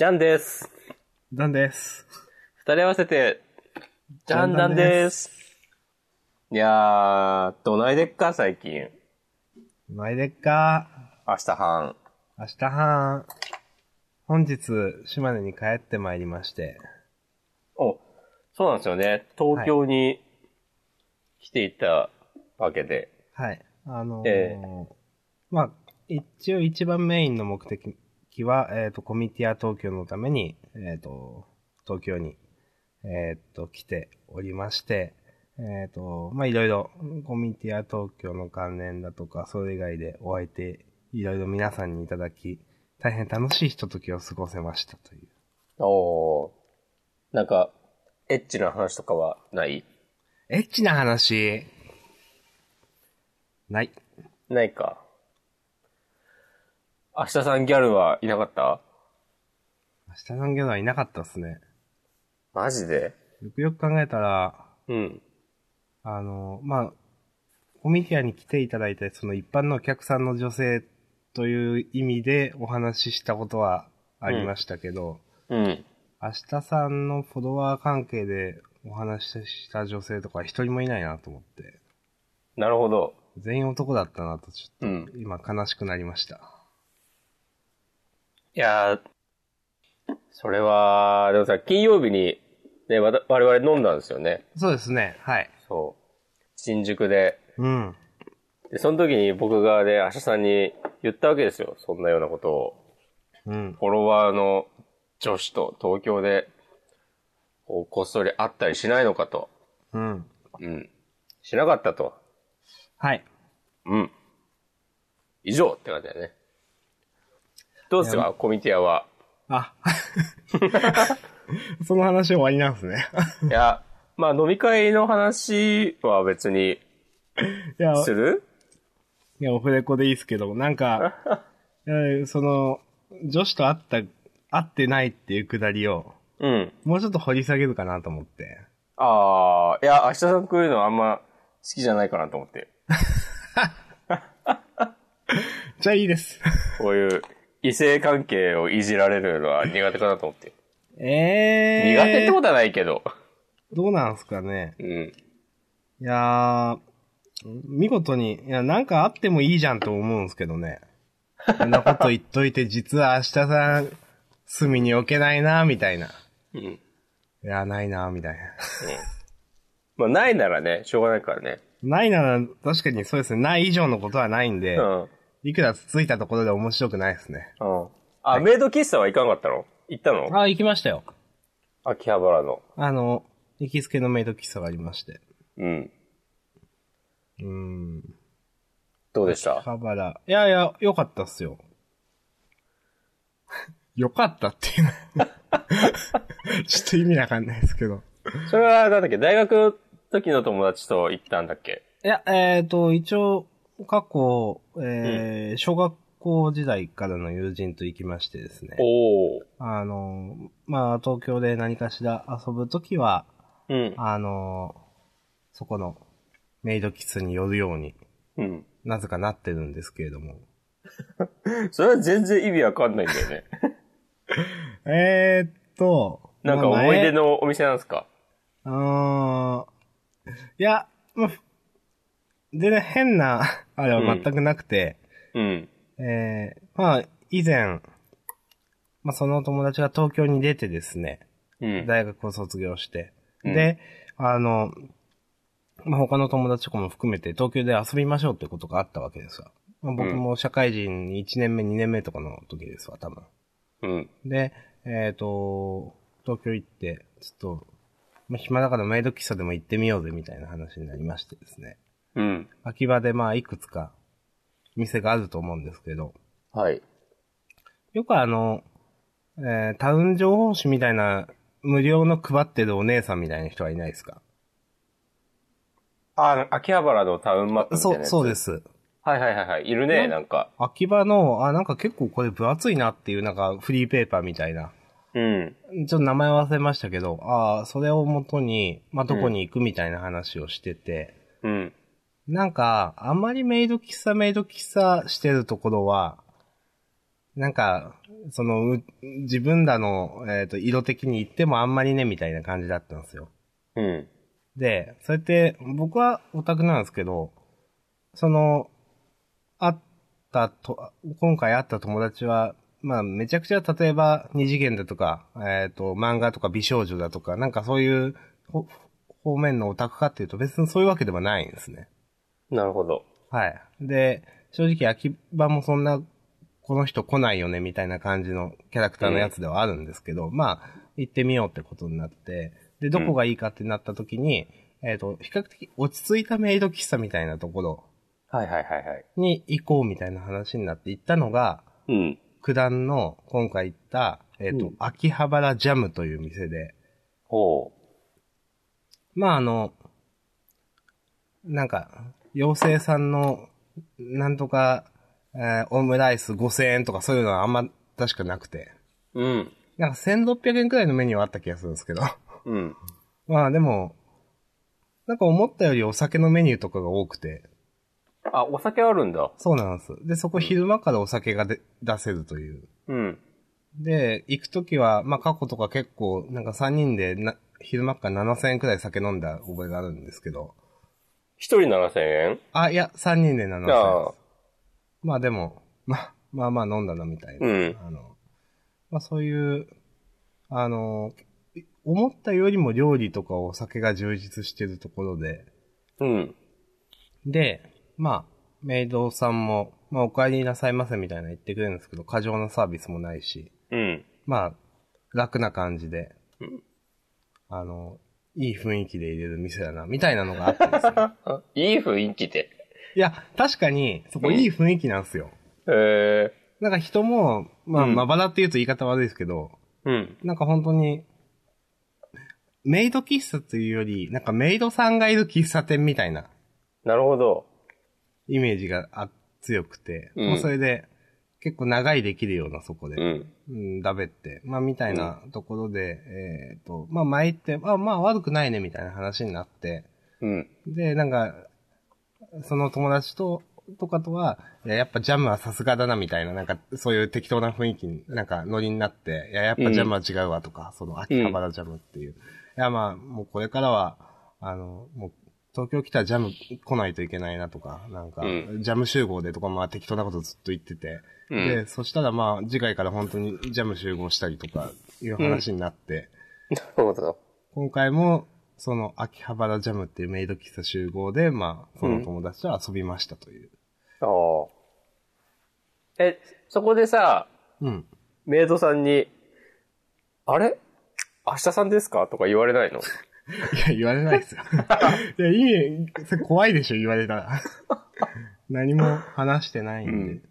ジャンです。 ダンです。 二人合わせて、ジャンダンです。いやー、どないでっか、最近。 ないでっか。 明日半。 明日半。本日、島根に帰ってまいりまして。 お、そうなんですよね。東京に来ていたわけで。 はい。まあ、一応一番メインの目的は、コミティア東京のために、東京に、来ておりまして、まあ、いろいろ、コミティア東京の関連だとか、それ以外でお相手、いろいろ皆さんにいただき、大変楽しいひとときを過ごせましたという。 おー、なんか、エッチな話とかはない？ エッチな話、ない。 ないか。明日さんギャルはいなかった？ 明日のゲドはいなかったっすね。 マジで？ よくよく考えたら、 うん。 まあ、コミティアに来ていただいて、その一般のお客さんの女性という意味でお話ししたことはありましたけど、 うん。 明日さんのフォロワー関係でお話しした女性とか一人もいないなと思って。 なるほど。 全員男だったなとちょっと、 うん。 今悲しくなりました。 いやー、それは、でもさ、金曜日に、ね、我々飲んだんですよね。 そうですね、はい。 そう。新宿で。 うん。 で、その時に僕がね、明日さんに言ったわけですよ。そんなようなことを。 うん。 フォロワーの女子と東京で、こっそり会ったりしないのかと。 うん。 うん。しなかったと。 はい。 うん。以上って感じだよね。どうですか、コミティアは。 あ。その話終わりなんですね。 いや、まあ飲み会の話は別に、 いや、 する？ いや、オフレコでいいですけど、なんか、その、女子と会ってないっていうくだりを、 うん。 もうちょっと掘り下げるかなと思って。 ああ、いや、明日さんこういうのあんま好きじゃないかなと思って。 じゃあいいです。 こういう異性関係をいじられるのは苦手かなと思って。苦手ってことはないけど。 どうなんすかね。 うん。 いやー、見事に、いや、なんかあってもいいじゃんと思うんすけどね。こんなこと言っといて、実は明日さん、隅に置けないな、みたいな。 うん。 いや、ないな、みたいな。 まあ、ないならね、しょうがないからね。 ないなら、確かにそうですね。ない以上のことはないんで、 うん。 いくらつついたところで面白くないですね。 うん。あ、メイド喫茶は行かなかったの？行ったの？ あ、行きましたよ。 秋葉原の。 行きつけのメイド喫茶がありまして。 うん。どうでした？ 秋葉原。いやいや、良かったっすよ。良かったっていうのちょっと意味わかんないですけど。 それは、なんだっけ、大学の時の友達と行ったんだっけ？ いや、一応、過去、小学校時代からの友人と行きましてですね。 おー。 まあ、東京で何かしら遊ぶときは、 うん。 そこのメイド喫茶に寄るように、 うん。 なぜかなってるんですけれども。 それは全然意味わかんないんだよね。なんか思い出のお店なんですか？ いや、まあ、全然変な、あれは全くなくて、 うん。 まあ、以前、まあ、その友達が東京に出てですね、 うん。 大学を卒業して、 うんで、まあ、他の友達とかも含めて東京で遊びましょうってことがあったわけですわ。まあ、僕も社会人1年目、2年目とかの時ですわ、多分。 うん。 で、東京行って、ちょっと、まあ、暇だからメイド喫茶でも行ってみようぜみたいな話になりましてですね。 うん。 秋葉でまあいくつか店があると思うんですけど、 はい。 よくタウン情報誌みたいな無料の配ってるお姉さんみたいな人はいないですか？ あ、秋葉原のタウンマップみたいなやつ。 そうです。 はいはいはいはい。いるね、なんか。 秋葉の、なんか結構これ分厚いなっていうなんかフリーペーパーみたいな。 うん。 ちょっと名前忘れましたけど、それを元に、まあ、どこに行くみたいな話をしてて、 うん。 なんか、あんまりメイド喫茶してるところは、 なんか、自分らの、色的に言ってもあんまりね、みたいな感じだったんですよ。 うん。 で、それって、僕はオタクなんですけど、会ったと、今回会った友達は、まあ、めちゃくちゃ、例えば、二次元だとか、漫画とか美少女だとか、なんかそういう、方面のオタクかっていうと別にそういうわけではないんですね。 なるほど。 はい。で、正直秋葉もそんな、この人来ないよね、みたいな感じのキャラクターのやつではあるんですけど、まあ、行ってみようってことになって、で、どこがいいかってなった時に、比較的落ち着いたメイド喫茶みたいなところはいはいはいはい。 に行こうみたいな話になって行ったのが、 うん。 九段の今回行った、秋葉原ジャムという店で、 ほまあなんか、妖精さんの、なんとか、オムライス5000円とかそういうのはあんま確かなくて。 う。うん。 なんか1600円くらいのメニューはあった気がするんですけど。 うん。 まあでも、なんか思ったよりお酒のメニューとかが多くて。 あ、お酒あるんだ。 そうなんです。で、そこ昼間からお酒が出せるという。 うん。 で、行くときは、まあ過去とか結構、なんか3人で昼間から7000円くらい酒飲んだ覚えがあるんですけど。 一人7000円あ、いや、3人で7000円。 ああ。 まあでも、まあまあ飲んだなみたいな。 うん。 まあそういう、思ったよりも料理とかお酒が充実してるところで、 うん。 で、まあ、メイドさんも、まあお帰りなさいませみたいな言ってくれるんですけど、過剰なサービスもないし、 うん。 まあ、楽な感じで、 うん、 いい雰囲気で入れる店だな、みたいなのがあってですね。 いい雰囲気で。 いや、確かに、そこいい雰囲気なんですよ。なんか人も、まあ、まばらって言うと言い方悪いですけど、 うん。 なんか本当に、メイド喫茶というより、なんかメイドさんがいる喫茶店みたいな。 なるほど。 イメージが強くて、 うん、 まあそれで、結構長いできるようなそこで、だべって、まあみたいなところで、まあ前行って、まあ悪くないねみたいな話になって、 うん、 で、なんか、その友達とかとは、やっぱジャムはさすがだなみたいな、なんかそういう適当な雰囲気に、なんかノリになって、やっぱジャムは違うわとか、その秋葉原ジャムっていう。いやまあ、もうこれからは、もう東京来たらジャム来ないといけないなとか、なんか、ジャム集合でとかまあ適当なことずっと言ってて、で、そしたらまあ次回から本当にジャム集合したりとかいう話になって、 なるほど。 今回も、その秋葉原ジャムっていうメイド喫茶集合で、まあ、その友達と遊びましたという。 ああ。そこでさ、メイドさんに、あれ明日さんですかとか言われないの？いや、言われないですよ。いや、意味、それ怖いでしょ、言われたら。何も話してないんで。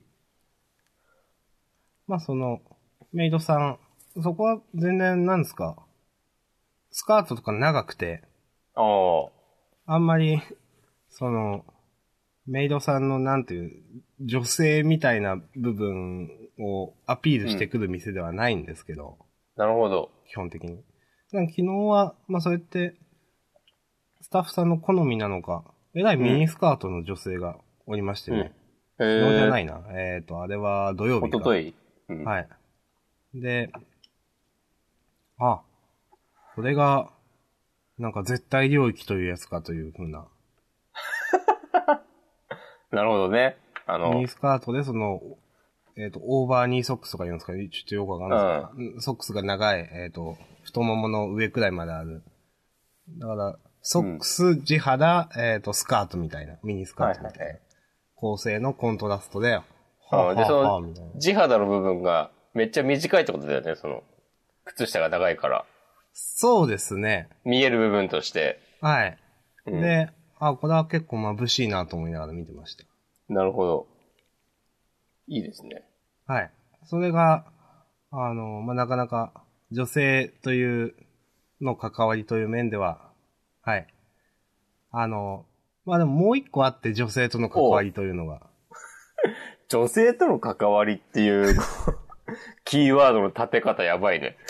まあ、その、メイドさん、そこは全然、なんですか、スカートとか長くて、あんまり、メイドさんのなんていう、女性みたいな部分をアピールしてくる店ではないんですけど。 なるほど。 基本的に。昨日は、まあ、それって、スタッフさんの好みなのか、えらいミニスカートの女性がおりましてね。昨日じゃないな。あれは土曜日か。 おととい。 はい。で、これが、なんか絶対領域というやつかという風な。 なるほどね。 ミニスカートでオーバーニーソックスとか言うんですかね。ちょっとよくわかんないですけど、ソックスが長い、太ももの上くらいまである。だから、ソックス、地肌、スカートみたいな。ミニスカートみたいな。構成のコントラストで、 で、その、地肌の部分がめっちゃ短いってことだよね、その、靴下が長いから。 そうですね。 見える部分として。 はい。で、これは結構眩しいなと思いながら見てました。 なるほど。いいですね。 はい。それが、まあ、なかなか女性というの関わりという面では、はい。まあでももう一個あって女性との関わりというのが。 女性との関わりっていうキーワードの立て方やばいね。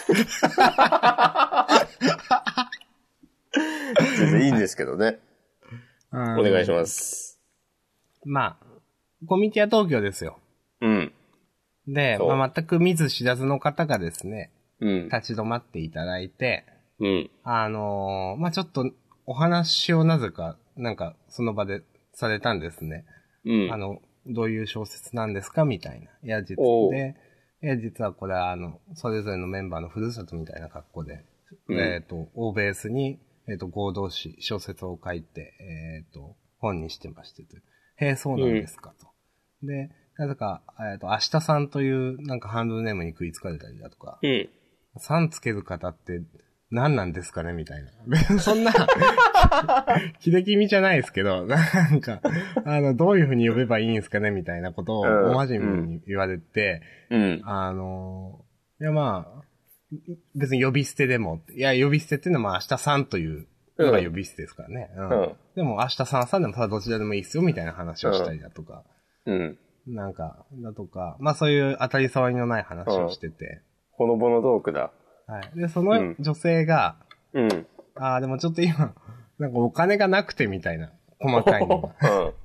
全然いいんですけどね。お願いします。 まあ、コミティア東京ですよ。 うん。 で、まあ、全く見ず知らずの方がですね、 うん。 立ち止まっていただいて、 うん。 まあ、ちょっとお話をなぜか、なんかその場でされたんですね。 うん。 どういう小説なんですかみたいな。いや、実はこれはそれぞれのメンバーのふるさとみたいな格好で、 うん、 欧ベースに、合同誌、小説を書いて、本にしてましてという。へえ、そうなんですかと。で、なぜか、明日さんというなんかハンドルネームに食いつかれたりだとか、 うん。 さんつける方って何なんですかねみたいな。そんな、秀で気味じゃないですけど、なんか、どういう風に呼べばいいんですかねみたいなことを、お真面目に言われて、 うん。 いやまあ、別に呼び捨てでも、いや、呼び捨てっていうのはまあ明日さんというのが呼び捨てですからね。うん。 うん。 でも明日さんさんでもただどちらでもいいっすよみたいな話をしたりだとか。 うん。 なんか、だとか、まあそういう当たり障りのない話をしてて。 ほのぼのトークだ。 はい。で、その女性が、 うん。 ああ、でもちょっと今、なんかお金がなくてみたいな、細かいのが。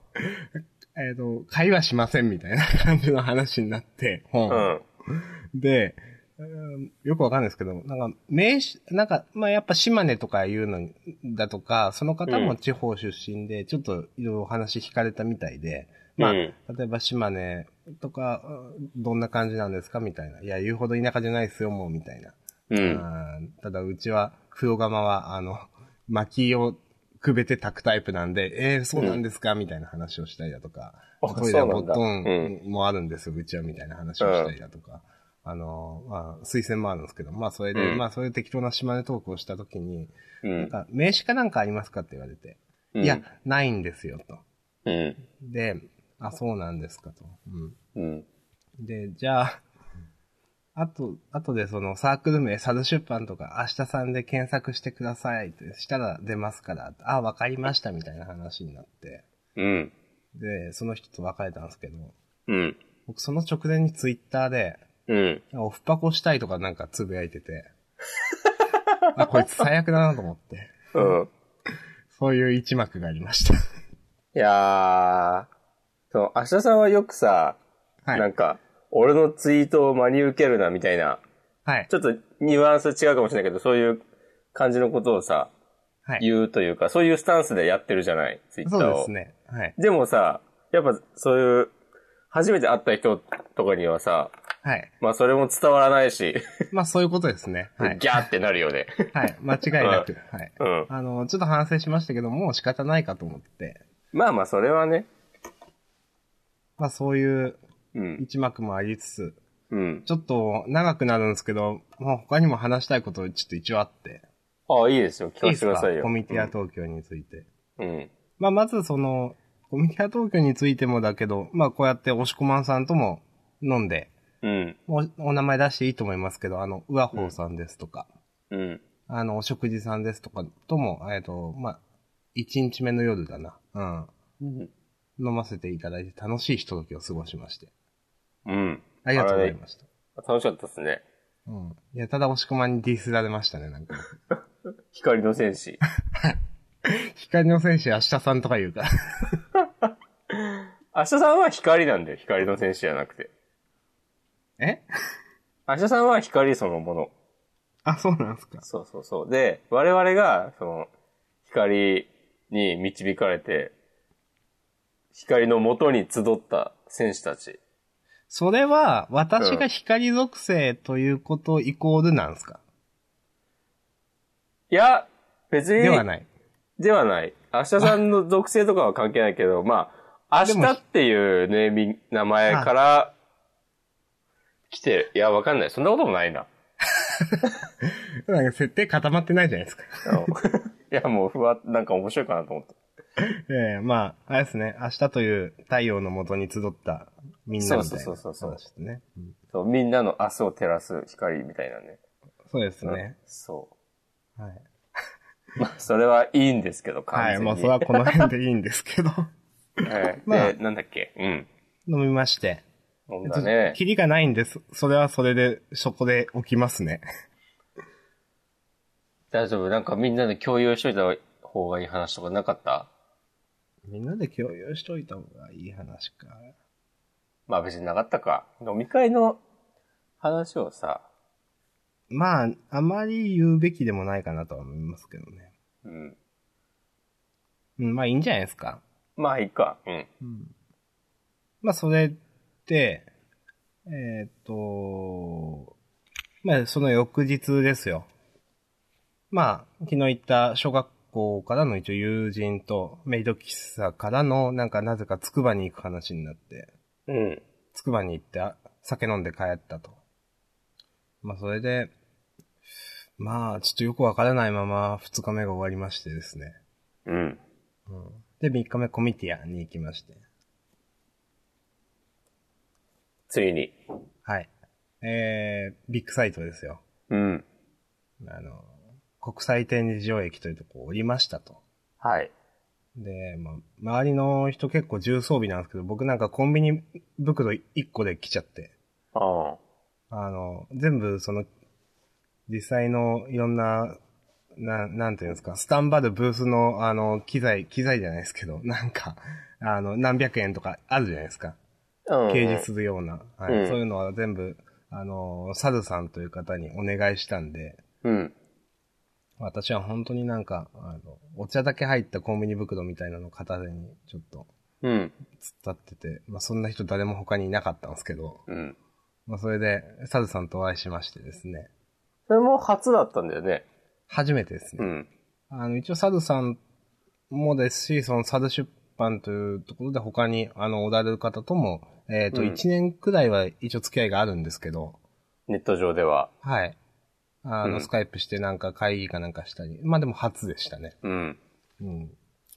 会話しませんみたいな感じの話になって、本。うん、で、よくわかんないですけど、なんか、なんか、まあ、やっぱ島根とかいうのだとか、その方も地方出身で、ちょっといろいろお話聞かれたみたいで、まあ、例えば島根とか、どんな感じなんですかみたいな。いや、言うほど田舎じゃないですよ、もう、みたいな。ただ、うちは、風呂釜は、薪をくべて炊くタイプなんで、そうなんですかみたいな話をしたりだとか、トイレはボットンもあるんですよ、うちは、みたいな話をしたりだとか。まあ、推薦もあるんですけど、まあ、それで、まあ、そういう適当な島根トークをしたときに、なんか、名刺かなんかありますかって言われて、いや、ないんですよ、と。で、あ、そうなんですか、と。で、じゃあ、あとでそのサークル名、サル出版とか、明日さんで検索してくださいってしたら出ますから、あ、わかりましたみたいな話になって。で、その人と別れたんですけど、僕その直前にツイッターで、オフパコしたいとかなんかつぶやいてて、あ、こいつ最悪だなと思って。そういう一幕がありました。 いやー、明日さんはよくさ、なんか、俺のツイートを真に受けるなみたいな、ちょっとニュアンス違うかもしれないけど、そういう感じのことをさ、言うというか、そういうスタンスでやってるじゃない、ツイッターを。 そうですね。 でもさ、やっぱそういう、初めて会った人とかにはさ、まあそれも伝わらないし。 まあそういうことですね。 ギャーってなるよね。 間違いなく。ちょっと反省しましたけど、もう仕方ないかと思って。 まあまあそれはね。 まあそういう一幕もありつつ、ちょっと長くなるんですけど、まあ他にも話したいことちょっと一応あって。 ああ、いいですよ。聞かせてくださいよ。 コミティア東京について。まあまずその、コミティア東京についてもだけど、まあこうやって押し込まんさんとも飲んで、お名前出していいと思いますけど、うわほうさんですとか、お食事さんですとかとも、まあ、1日目の夜だな。飲ませていただいて楽しいひとときを過ごしまして。ありがとうございました。 楽しかったですね。 いや、ただ押し込まんにディスられましたね、なんか。 光の戦士。 光の戦士、明日さんとか言うから。 明日さんは光なんだよ、光の戦士じゃなくて。明日さんは光そのもの。 あ、そうなんですか。 そう。で、我々が、その、光に導かれて、光の元に集った戦士たち。 それは、私が光属性ということイコールなんですか？ いや、別に。 ではない。 ではない。明日さんの属性とかは関係ないけど、まあ、明日っていう名前から来て、いや、わかんない。そんなこともないな。 なんか設定固まってないじゃないですか。 いや、もうなんか面白いかなと思って。 まあ、あれですね。明日という太陽の元に集ったみんなみたいな話ですね。 そう、みんなの明日を照らす光みたいなね。 そうですね。 そう。まあ、それはいいんですけど、完全に。 もうそれはこの辺でいいんですけど。 で、なんだっけ飲みまして。 飲んだね。 キリがないんです。それはそれで、そこで起きますね。 大丈夫？なんかみんなで共有しといた方がいい話とかなかった？ みんなで共有しといた方がいい話か。 まあ別になかったか。飲み会の話をさ。 まあ、あまり言うべきでもないかなとは思いますけどね。 うん。 うん、まあいいんじゃないですか。 まあいいか。うん。 うん、まあそれで、まあその翌日ですよ。まあ、昨日行った小学校からの一応友人とメイド喫茶からのなぜか筑波に行く話になって、 うん。 筑波に行って酒飲んで帰ったと。まあそれで、まあちょっとよくわからないまま2日目が終わりましてですね。 うん。うん、 で、3日目コミティアに行きまして。 ついに。 はい。ビッグサイトですよ。 うん。 国際展示場駅というとこを降りましたと。 はい。 で、まあ、周りの人結構重装備なんですけど、僕コンビニ袋1個で来ちゃって。全部実際のいろんな、なんていうんですか、スタンバるブースの機材じゃないですけど、何百円とかあるじゃないですか。掲示するような。はい、そういうのは全部、サルさんという方にお願いしたんで、 うん。 私は本当にお茶だけ入ったコンビニ袋みたいなのを片手にちょっと、 うん。 突っ立ってて、まあそんな人誰も他にいなかったんですけど、 うん。 まあそれで、サルさんとお会いしましてですね。 それも初だったんだよね。 初めてですね。うん。一応サルさんもですし、そのサル出版というところで他に、おられる方とも、1年くらいは一応付き合いがあるんですけど。 ネット上では。 はい。スカイプして会議かしたり。まあでも初でしたね。 うん。 うん。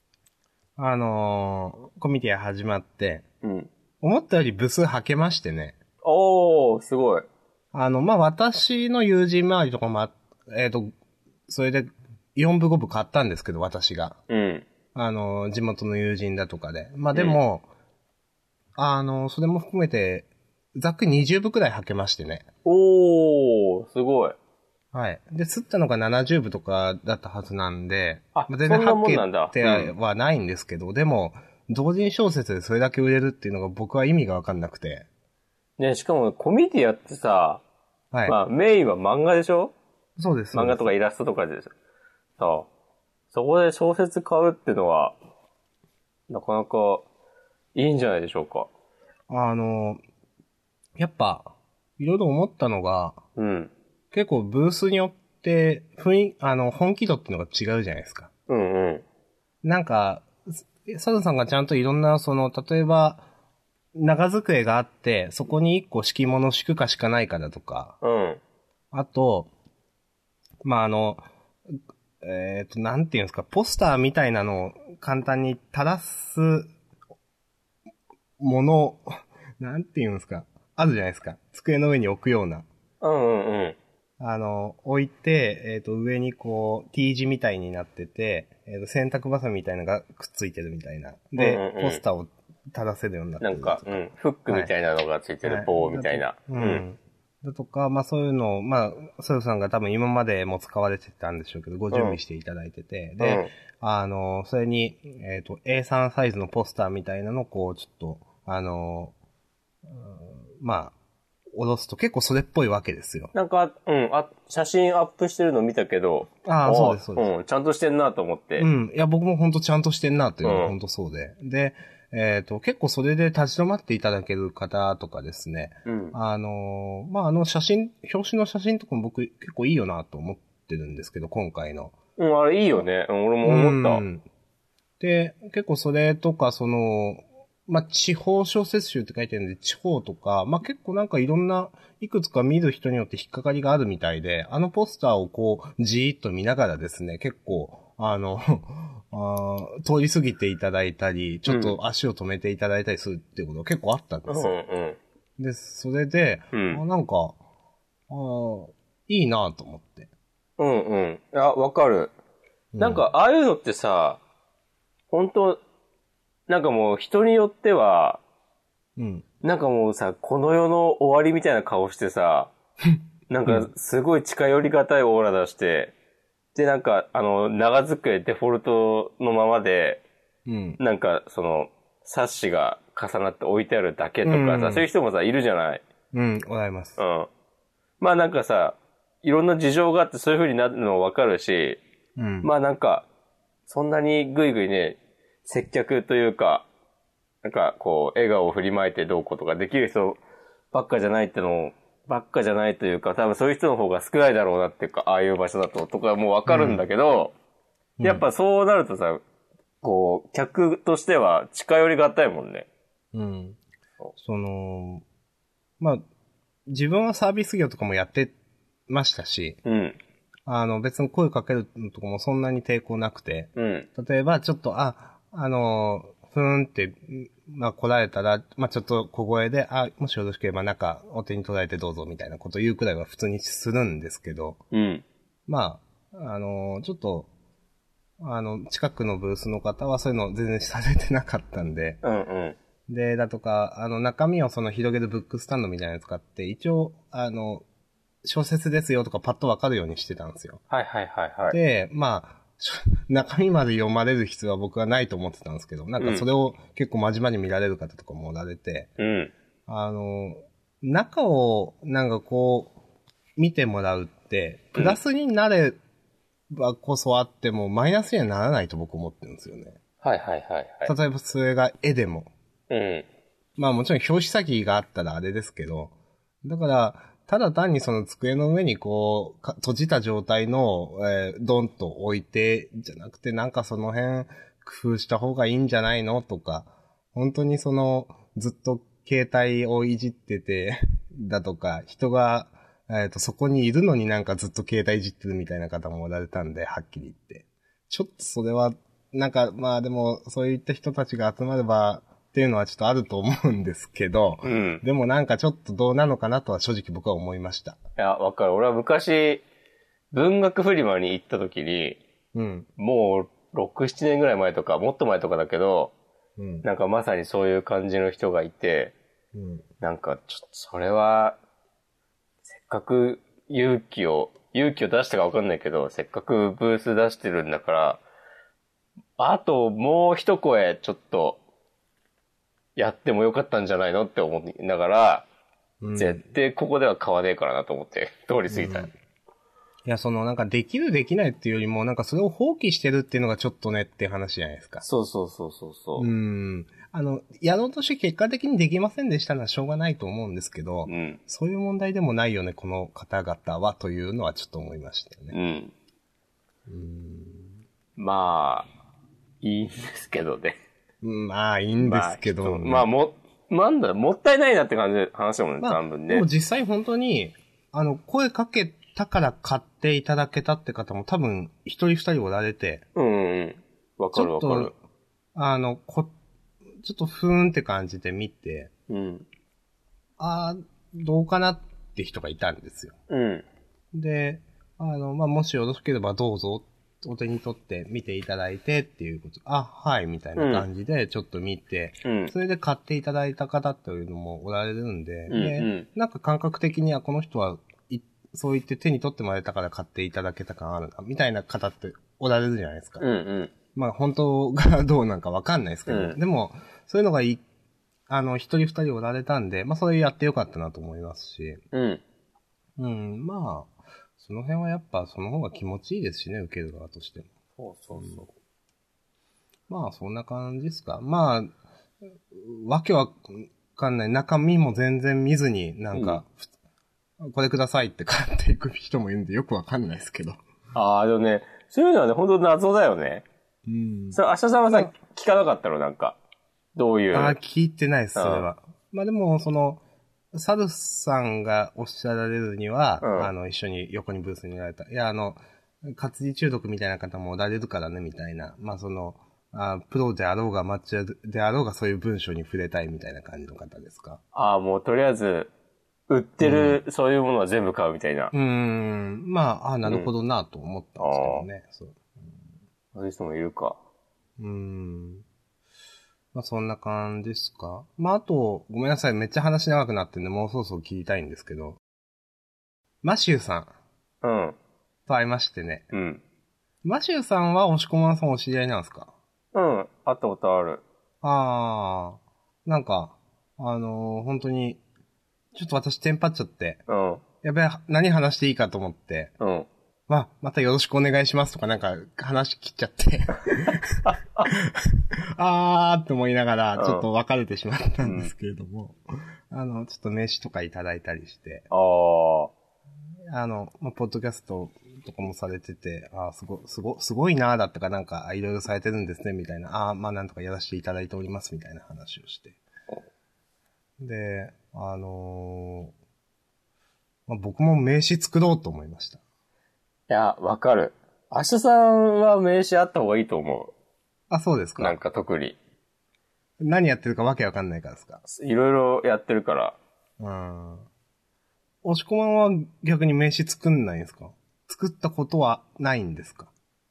コミティア始まって、 うん。 思ったより部数はけましてね。 おー、すごい。 まあ私の友人周りとかもそれで4部5部買ったんですけど、私が。 うん。 地元の友人だとかで。まあでも、それも含めて、ざっくり20部くらい履けましてね。 おー、すごい。 はい。で、吸ったのが70部とかだったはずなんで、 まあ、全然履けてはないんですけど、でも、同人小説でそれだけ売れるっていうのが僕は意味がわかんなくて。 ね、しかもコミティアってさ、はい。まあメインは漫画でしょ？ そうです。 漫画とかイラストとかでしょ。そう。そこで小説買うってのは、なかなかいいんじゃないでしょうか。 やっぱ、いろいろ思ったのが、 うん。 結構ブースによって、本気度っていうのが違うじゃないですか。 うんうん。 サルさんがちゃんといろんな、例えば、長机があって、そこに一個敷物敷くか敷かないかだとか。 うん。 あと、まあ、なんていうんですか、ポスターみたいなのを簡単に垂らすもの、なんていうんですか、あるじゃないですか。机の上に置くような。 うんうんうん。 置いて、上にT 字みたいになってて、洗濯バサミみたいなのがくっついてるみたいな。で、うんうんうん、ポスターを垂らせるようになってる。 フックみたいなのがついてる棒みたいな。 はい、うん。だとか、まあそういうのを、まあ、ソヨさんが多分今までも使われてたんでしょうけど、ご準備していただいてて、で、それに、A3 サイズのポスターみたいなのをちょっと、まあ、下ろすと結構それっぽいわけですよ。 写真アップしてるの見たけど。 そうです、そうです。 うん、ちゃんとしてんなと思って。 いや、僕も本当ちゃんとしてんなっていうのは本当そうで。で、結構それで立ち止まっていただける方とかですね。まあ、表紙の写真とかも僕結構いいよなと思ってるんですけど、今回の。 あれいいよね。俺も思った。 で、結構それとか、まあ、地方小説集って書いてるんで、地方とか、まあ、結構いろんな、いくつか見る人によって引っかかりがあるみたいで、ポスターをじーっと見ながらですね、結構、通り過ぎていただいたり、ちょっと足を止めていただいたりするっていうことが結構あったんですよ。で、それで、いいなと思って。 わかる。ああいうのってさ、本当もう人によっては、もうさ、この世の終わりみたいな顔してさ、すごい近寄りがたいオーラ出して、で、長机デフォルトのままで、冊子が重なって置いてあるだけとかさ、そういう人もさ、いるじゃない。 おられます。 まあなんかさ、いろんな事情があってそういう風になるのもわかるし、まあなんか、そんなにぐいぐいね、接客というか、なんかこう、笑顔を振りまいてどうこうとかできる人ばっかじゃないってのばっかじゃないというか、多分そういう人の方が少ないだろうなっていうか、ああいう場所だとかもうわかるんだけど、やっぱそうなるとさ、こう、客としては近寄りがたいもんね。 まあ、自分はサービス業とかもやってましたし、別に声かけるのとかもそんなに抵抗なくて、例えばちょっと、ふーんって、まあ来られたら、まあちょっと小声で、もしよろしければなんかお手に取られてどうぞみたいなことを言うくらいは普通にするんですけど、まあ、ちょっと、近くのブースの方はそういうの全然されてなかったんで、で、だとか、中身をその広げるブックスタンドみたいなのを使って、一応、小説ですよとかパッとわかるようにしてたんですよ。で、まあ、中身まで読まれる必要は僕はないと思ってたんですけど、なんかそれを結構真面目に見られる方とかもおられて、中をなんかこう、見てもらうって、プラスになればこそあっても、マイナスにはならないと僕思ってるんですよね。例えばそれが絵でも。まあもちろん表紙先があったらあれですけど、だから、ただ単にその机の上にこう、閉じた状態の、ドンと置いて、じゃなくてなんかその辺工夫した方がいいんじゃないのとか、本当にその、ずっと携帯をいじってて、だとか、人が、そこにいるのになんかずっと携帯いじってるみたいな方もおられたんで、はっきり言って。ちょっとそれは、なんかまあでも、そういった人たちが集まれば、っていうのはちょっとあると思うんですけど、でもなんかちょっとどうなのかなとは正直僕は思いました。 いや、わかる。俺は昔、文学フリマに行った時に、もう6、7年ぐらい前とか、もっと前とかだけど、なんかまさにそういう感じの人がいて、なんかちょっとそれは、せっかく勇気を出したかわかんないけど、せっかくブース出してるんだから、あともう一声ちょっと、やってもよかったんじゃないのって思いながら、絶対ここでは買わねえからなと思って通り過ぎた。 いや、なんかできるできないっていうよりも、なんかそれを放棄してるっていうのがちょっとねって話じゃないですか。 そう。 やろうとして結果的にできませんでしたのはしょうがないと思うんですけど、そういう問題でもないよね、この方々はというのはちょっと思いましたよね。 まあ、いいんですけどね。 まあ、いいんですけど、 ね。もったいないなって感じで話したもんね、多分ね。 でも実際本当に、声かけたから買っていただけたって方も多分、一人二人おられて。 わかる。 ちょっとふーんって感じで見て、どうかなって人がいたんですよ。で、もしよろしければどうぞお手に取って見ていただいてっていうこと。はい、みたいな感じでちょっと見て、それで買っていただいた方っていうのもおられるんで、で、なんか感覚的にはこの人は、そう言って手に取ってもらえたから買っていただけた感あるな、みたいな方っておられるじゃないですか。まあ本当がどうなんかわかんないですけど、でも、そういうのが一人二人おられたんで、まあそれやってよかったなと思いますし、まあ、その辺はやっぱその方が気持ちいいですしね、受ける側としても。まあそんな感じですか。まあ、わけわかんない。中身も全然見ずになんか、これくださいって買っていく人もいるんでよくわかんないですけど。 でもね、そういうのはね、本当謎だよね。それ、明日さんはさ、聞かなかったのなんか。どういう。 聞いてないです、それは。まあでも、サルさんがおっしゃられるには、一緒に横にブースにいられた。いや、活字中毒みたいな方もおられるからね、みたいな。まあプロであろうがマッチであろうがそういう文章に触れたいみたいな感じの方ですか？ もうとりあえず、売ってる、そういうものは全部買うみたいな。 まあ、なるほどなと思ったんですけどね。 そういう人もいるか。 まあそんな感じですか。まああと、ごめんなさい、めっちゃ話長くなってるんで、もうそろそろ聞きたいんですけど。マシューさん。と会いましてね。マシューさんは押し込まんさんお知り合いなんですか？ 会ったことある。 なんか、本当に、ちょっと私テンパっちゃって、 うん。 やべえ、何話していいかと思って、 うん。 またよろしくお願いしますとかなんか話切っちゃってあーって思いながら、ちょっと別れてしまったんですけれども、ちょっと名刺とかいただいたりして、 ああ。 ポッドキャストとかもされてて、すごいなーだったかなんか、いろいろされてるんですね、みたいな、なんとかやらせていただいております、みたいな話をして。で、僕も名刺作ろうと思いました。 いや、わかる。明日さんは名刺あった方がいいと思う。 あ、そうですか。 なんか特に。 何やってるかわけわかんないからですか。 いろいろやってるから。 押し込まんは逆に名刺作んないんですか？作ったことはないんですか？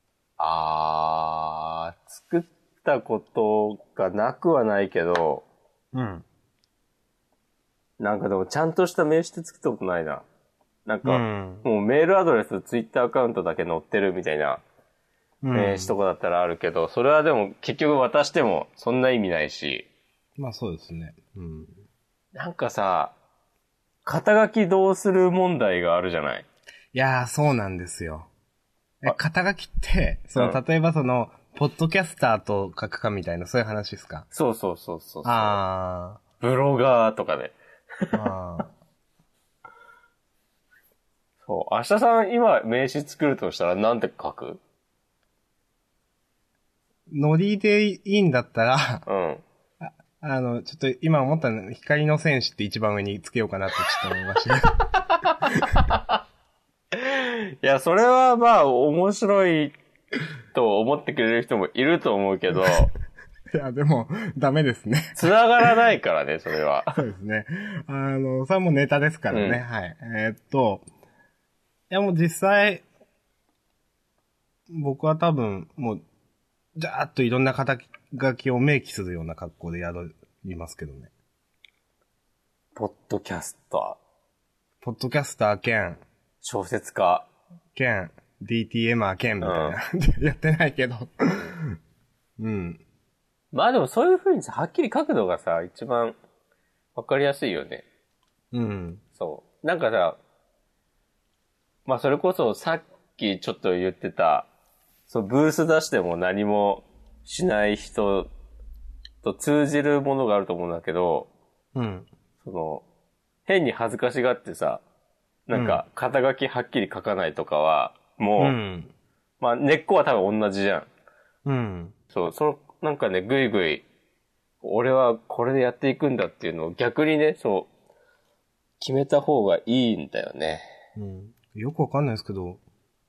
作ったことがなくはないけど、 うん。 なんかでもちゃんとした名刺って作ったことないな。なんか、もうメールアドレス、ツイッターアカウントだけ載ってるみたいな名刺とかだったらあるけど、それはでも結局渡してもそんな意味ないし。 まあそうですね。うん。 なんかさ、肩書きどうする問題があるじゃない？ いやー、そうなんですよ。肩書きって、例えばポッドキャスターと書くかみたいな、そういう話ですか？ そう。ブロガーとかで。そう。明日さん今名刺作るとしたらなんて書く？ ノリでいいんだったら、 うん。 ちょっと今思ったの、光の戦士って一番上につけようかなってちょっと思いましたいや、それはまあ面白いと思ってくれる人もいると思うけど。 いや、でも、ダメですね。 繋がらないからね、それは。 そうですね。それはもうネタですからね。はい。いやもう実際、僕は多分、もう、じゃーっといろんな肩書きを明記するような格好でやりますけどね。 ポッドキャスター兼、 小説家兼、DTMer 兼みたいな。やってないけど。うん。 まあでもそういう風にさ、はっきり書くのがさ、一番わかりやすいよね。 うん。 そう。なんかさ、まあそれこそさっきちょっと言ってた、ブース出しても何もしない人と通じるものがあると思うんだけど、 うん。 変に恥ずかしがってさ、なんか、肩書きはっきり書かないとかは、もう、まあ根っこは多分同じじゃん。 うん。 なんかね、ぐいぐい、俺はこれでやっていくんだっていうのを逆にね、決めた方がいいんだよね。 うん。よくわかんないですけど、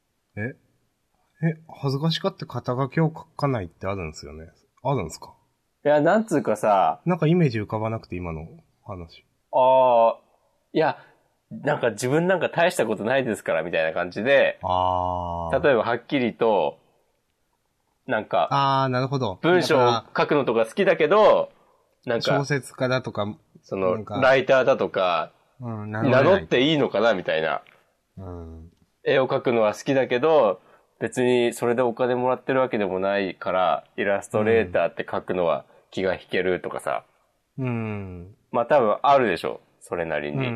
恥ずかしがって肩書きを書かないってあるんですよね。あるんですか？ いや、なんつうかさ、 なんかイメージ浮かばなくて今の話。 いや、なんか自分なんか大したことないですからみたいな感じで、例えばはっきりと、なんか、 なるほど。 文章を書くのとか好きだけど、なんか、 小説家だとか、 ライターだとか、名乗っていいのかなみたいな。絵を描くのは好きだけど、別にそれでお金もらってるわけでもないから、イラストレーターって書くのは気が引けるとかさ。まあ多分あるでしょ。それなりに。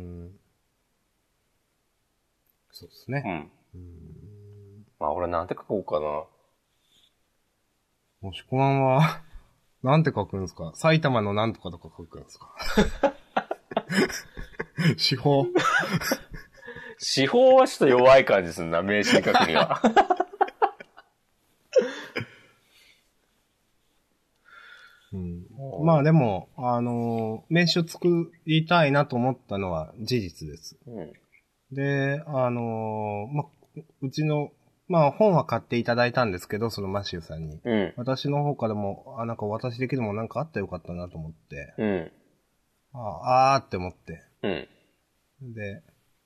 そうですね。 まあ俺なんて書こうかな。 もしこまんは、なんて書くんですか？埼玉のなんとかとか書くんですか？手法手法はちょっと弱い感じするな、名刺に書くには。 まあでも、名刺を作りたいなと思ったのは事実です。で、うちの、本は買っていただいたんですけど、そのマシューさんに。私の方からも、なんかお渡しできるもんなんかあったらよかったなと思って。って思って。で、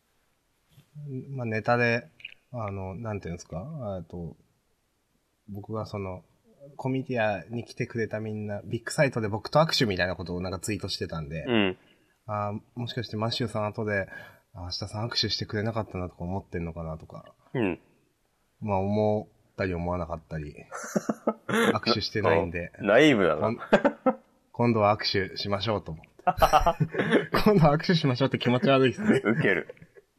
ネタで、なんていうんですか、僕がコミティアに来てくれたみんな、ビッグサイトで僕と握手みたいなことをなんかツイートしてたんで、もしかしてマッシュさん後で、明日さん握手してくれなかったなとか思ってんのかなとか、思ったり思わなかったり、握手してないんで。 ナイーブだな。 今度は握手しましょうと思って。今度は握手しましょうって気持ち悪いですね。 ウケる。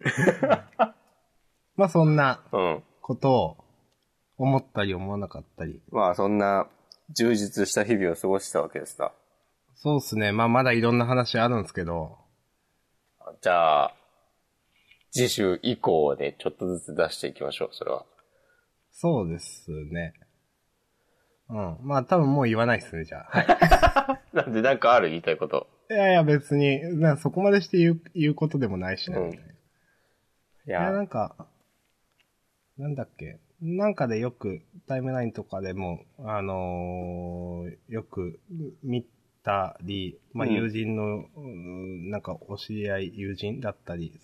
まあそんなことを思ったり思わなかったり。 まあそんな充実した日々を過ごしたわけですか。 そうですね。まあまだいろんな話あるんですけど。 じゃあ、次週以降でちょっとずつ出していきましょう、それは。 そうですね。うん。まあ多分もう言わないですね、じゃあ。はい。なんでなんかある言いたいこと。 いやいや別に、そこまでして言うことでもないしな、みたいな。いや、なんか、なんだっけ。なんかでよく、タイムラインとかでも、よく見たり、まあ友人の、なんかお知り合い友人だったり、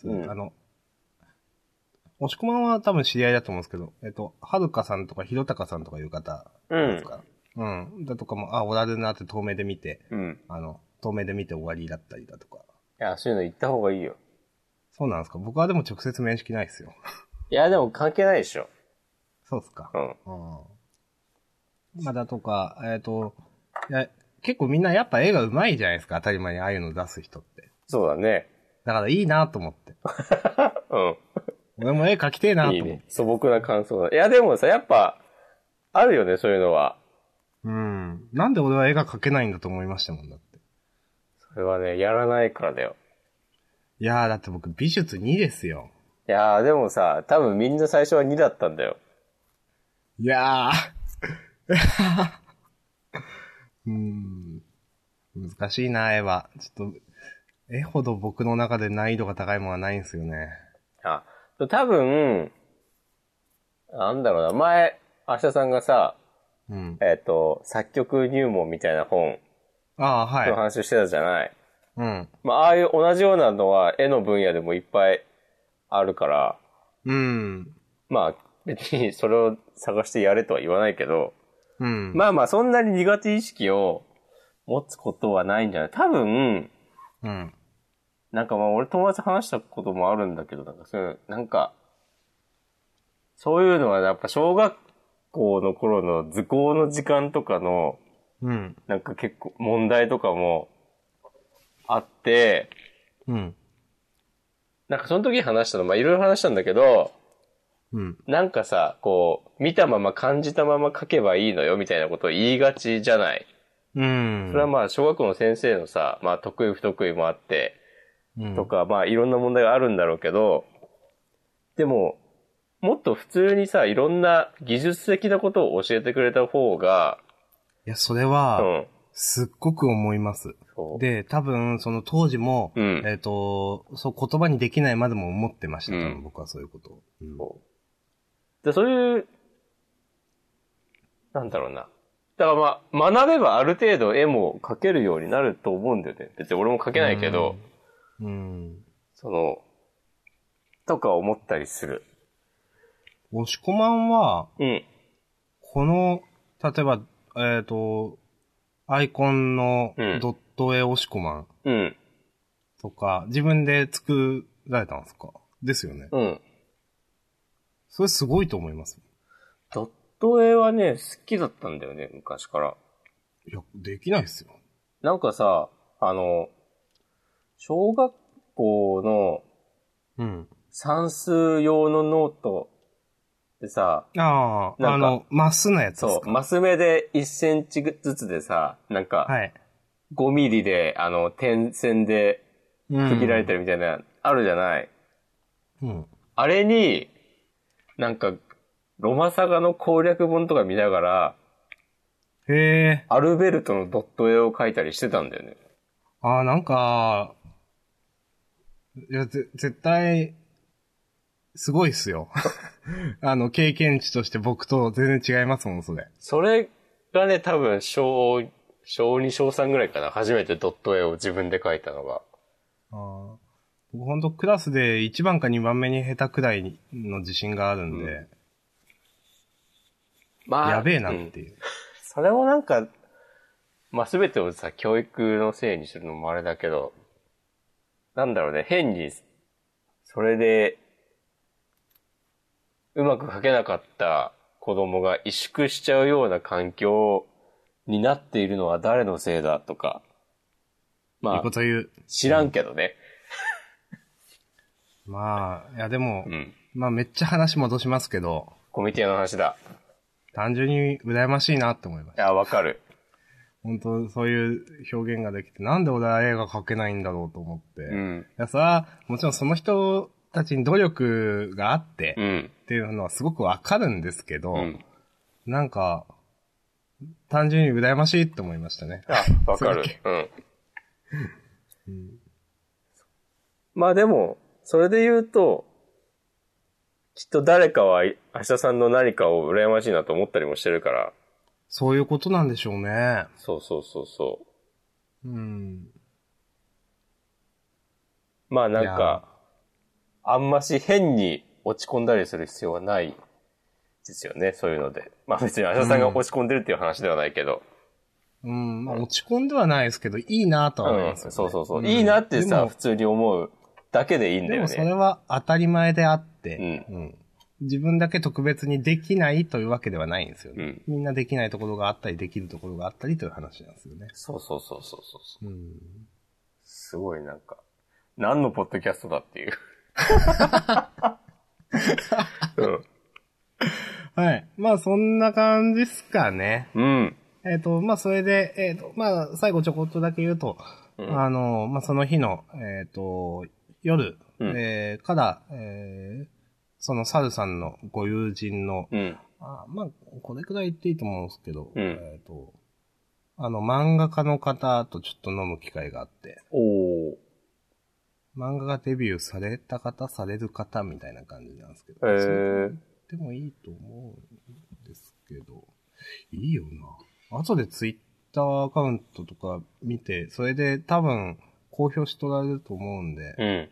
押し込まんは多分知り合いだと思うんですけど、はるかさんとかひろたかさんとかいう方ですか、うん。だとかも、おられるなって遠目で見て、遠目で見て終わりだったりだとか。 いや、そういうの言った方がいいよ。 そうなんですか？僕はでも直接面識ないですよ。 いや、でも関係ないでしょ。 そうっすか。まあだとか、いや、結構みんなやっぱ絵が上手いじゃないですか、当たり前にああいうの出す人って。 そうだね。 だからいいなと思って。 うん。 俺も絵描きてえなと思って。いいね。 素朴な感想だ。いやでもさ、やっぱ、あるよね、そういうのは。 なんで俺は絵が描けないんだと思いましたもんだって。 それはね、やらないからだよ。 いやー、だって僕美術2ですよ。 いやー、でもさ、多分みんな最初は2だったんだよ。 いやー。難しいな、絵は。ちょっと、絵ほど僕の中で難易度が高いものはないんですよね。 多分、なんだろうな、前、明日さんがさ、作曲入門みたいな本、 はい。 の話してたじゃない。 うん。 まあ、ああいう同じようなのは絵の分野でもいっぱいあるから、まあ、別にそれを探してやれとは言わないけど、まあまあ、そんなに苦手意識を持つことはないんじゃない？多分、なんかまあ俺友達話したこともあるんだけど、そういうのはやっぱ小学校の頃の図工の時間とかの、なんか結構問題とかもあって、なんかその時話したの、まあいろいろ話したんだけど、なんかさ、こう、見たまま感じたまま書けばいいのよみたいなことを言いがちじゃない。それはまあ小学校の先生のさ、まあ得意不得意もあって、とか、まあいろんな問題があるんだろうけど、でも、もっと普通にさ、いろんな技術的なことを教えてくれた方が、 いや、それは、すっごく思います。で、多分、その当時も、そう言葉にできないまでも思ってました、多分僕はそういうことを。 で、そういう、なんだろうな。だからまあ、学べばある程度絵も描けるようになると思うんだよね。別に俺も描けないけど、とか思ったりする。 押し込まんは、この、例えば、アイコンのドット絵押し込まん。とか、自分で作られたんですか？ですよね。それすごいと思います。 ドット絵はね、好きだったんだよね、昔から。 いや、できないっすよ。 なんかさ、小学校の、算数用のノートでさ、 マスのやつですか？ そう、マス目で1センチずつでさ、なんか、5ミリで、点線で区切られてるみたいな、あるじゃない。あれに、なんか、ロマサガの攻略本とか見ながら、アルベルトのドット絵を描いたりしてたんだよね。 なんか、いや、絶対、すごいっすよ。経験値として僕と全然違いますもん、それ。 それがね、多分、小2、小3ぐらいかな。初めてドット絵を自分で描いたのが。 僕ほんとクラスで1番か2番目に下手くらいの自信があるんで、やべえなっていう。 それもなんか、まあ、全てをさ、教育のせいにするのもあれだけど、なんだろうね、変に、それで、うまく描けなかった子供が萎縮しちゃうような環境になっているのは誰のせいだとか。まあ、 いいこと言う。 知らんけどね。 まあ、いやでも、まあめっちゃ話戻しますけど。 コミティアの話だ。 単純に羨ましいなって思いました。 いや、わかる。 本当そういう表現ができて、なんで俺は絵が描けないんだろうと思って。いや、それは、もちろんその人たちに努力があって、っていうのはすごくわかるんですけど、なんか、単純に羨ましいって思いましたね。 あ、わかる。まあでも、それで言うと、きっと誰かは、明日さんの何かを羨ましいなと思ったりもしてるから。 そういうことなんでしょうね。 そう。まあなんか、あんまし変に落ち込んだりする必要はないですよね、そういうので。まあ別に明日さんが落ち込んでるっていう話ではないけど。 まあ落ち込んではないですけど、いいなとは思いますよね。 そう。いいなってさ、普通に思うだけでいいんだよね。 でもそれは当たり前であって、自分だけ特別にできないというわけではないんですよね。みんなできないところがあったり、できるところがあったりという話なんですよね。 そう。すごいなんか、何のポッドキャストだっていう。 はい。まあそんな感じっすかね。まあそれで、まあ最後ちょこっとだけ言うと、まあその日の、夜、から、そのサルさんのご友人の、まあ、これくらい言っていいと思うんですけど、漫画家の方とちょっと飲む機会があって、漫画がデビューされた方、される方みたいな感じなんですけど、でもいいと思うんですけど、いいよな。後でツイッターアカウントとか見て、それで多分公表しとられると思うんで、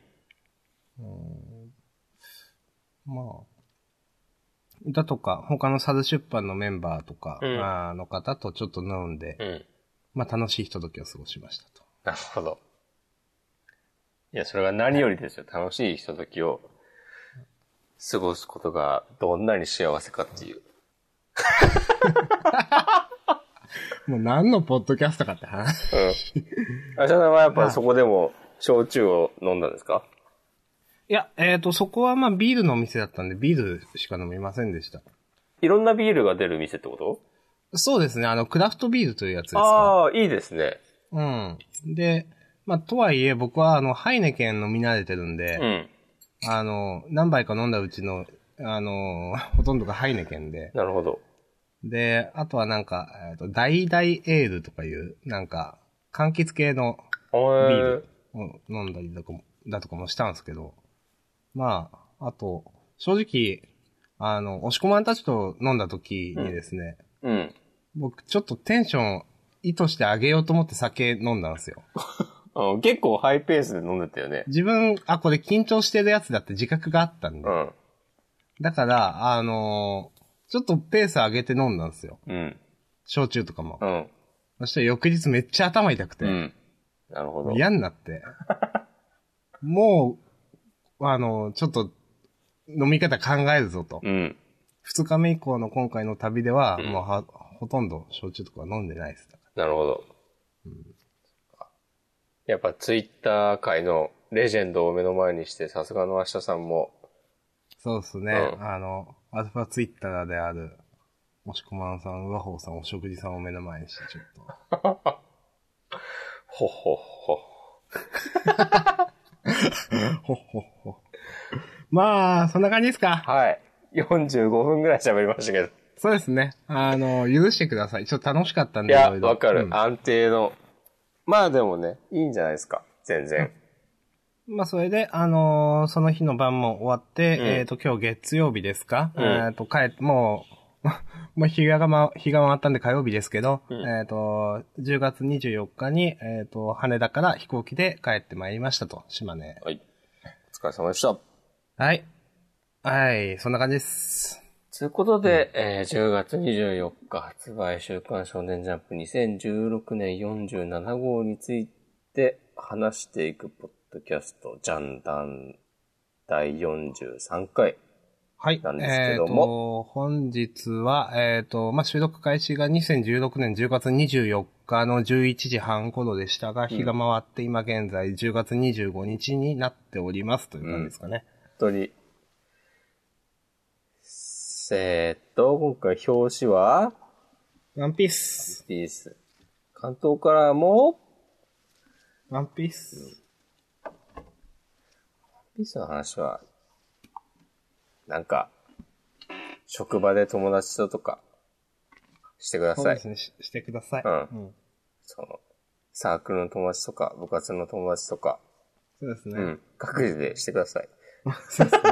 まあ、だとか、他のサル出版のメンバーとか、の方とちょっと飲んで、まあ楽しいひとときを過ごしましたと。 なるほど。いや、それが何よりですよ。楽しいひとときを過ごすことがどんなに幸せかっていう。 もう何のポッドキャストかって話。 あしゃさんはやっぱそこでも焼酎を飲んだんですか？ いや、そこはまあビールのお店だったんで、ビールしか飲みませんでした。 いろんなビールが出る店ってこと？ そうですね。クラフトビールというやつですか。 ああ、いいですね。 で、まあ、とはいえ僕はハイネケン飲み慣れてるんで、何杯か飲んだうちの、ほとんどがハイネケンで。 なるほど。 で、あとはなんか、ダイダイエールとかいう、なんか、柑橘系のビールを飲んだりだとかもしたんですけど、まあ、あと、正直、押し込まんたちと飲んだ時にですね、僕ちょっとテンション意図して上げようと思って酒飲んだんですよ。 結構ハイペースで飲んでたよね。 自分、これ緊張してるやつだって自覚があったんで。だから、ちょっとペース上げて飲んだんですよ。焼酎とかも。そしたら翌日めっちゃ頭痛くて。 なるほど。 嫌になって。もう、ちょっと飲み方考えるぞと。2日目以降の今回の旅では、もうほとんど焼酎とか飲んでないです。 なるほど。やっぱツイッター界のレジェンドを目の前にして、さすがの明日さんも。 そうですね。アルファツイッターである、もしこまんさん、上法さん、お食事さんを目の前にして、ちょっと。 ほほほ。 ほほほ。まあ、そんな感じですか。 はい。45分ぐらい喋りましたけど。 そうですね。許してください。ちょっと楽しかったんで。 いや、わかる。安定の。まあでもね、いいんじゃないですか。全然。 まあそれで、その日の晩も終わって、今日月曜日ですか？帰って、もう日が回ったんで火曜日ですけど、10月24日に、羽田から飛行機で帰ってまいりましたと、島根。 はい。お疲れ様でした。 はい。はい、そんな感じです。 ということで、10月24日発売週刊少年ジャンプ2016年47号について話していくポッドキャストジャンダン第43回はい。 なんですけども。 本日は、収録開始が2016年10月24日の11時半頃でしたが、日が回って今現在10月25日になっておりますという感じですかね。 本当に。今回表紙はワンピース。 ワンピース。関東からもワンピース。 ワンピースの話は、なんか、職場で友達とか、してください。そうですね、してください。 サークルの友達とか、部活の友達とか。 そうですね。 各自でしてください。 そうです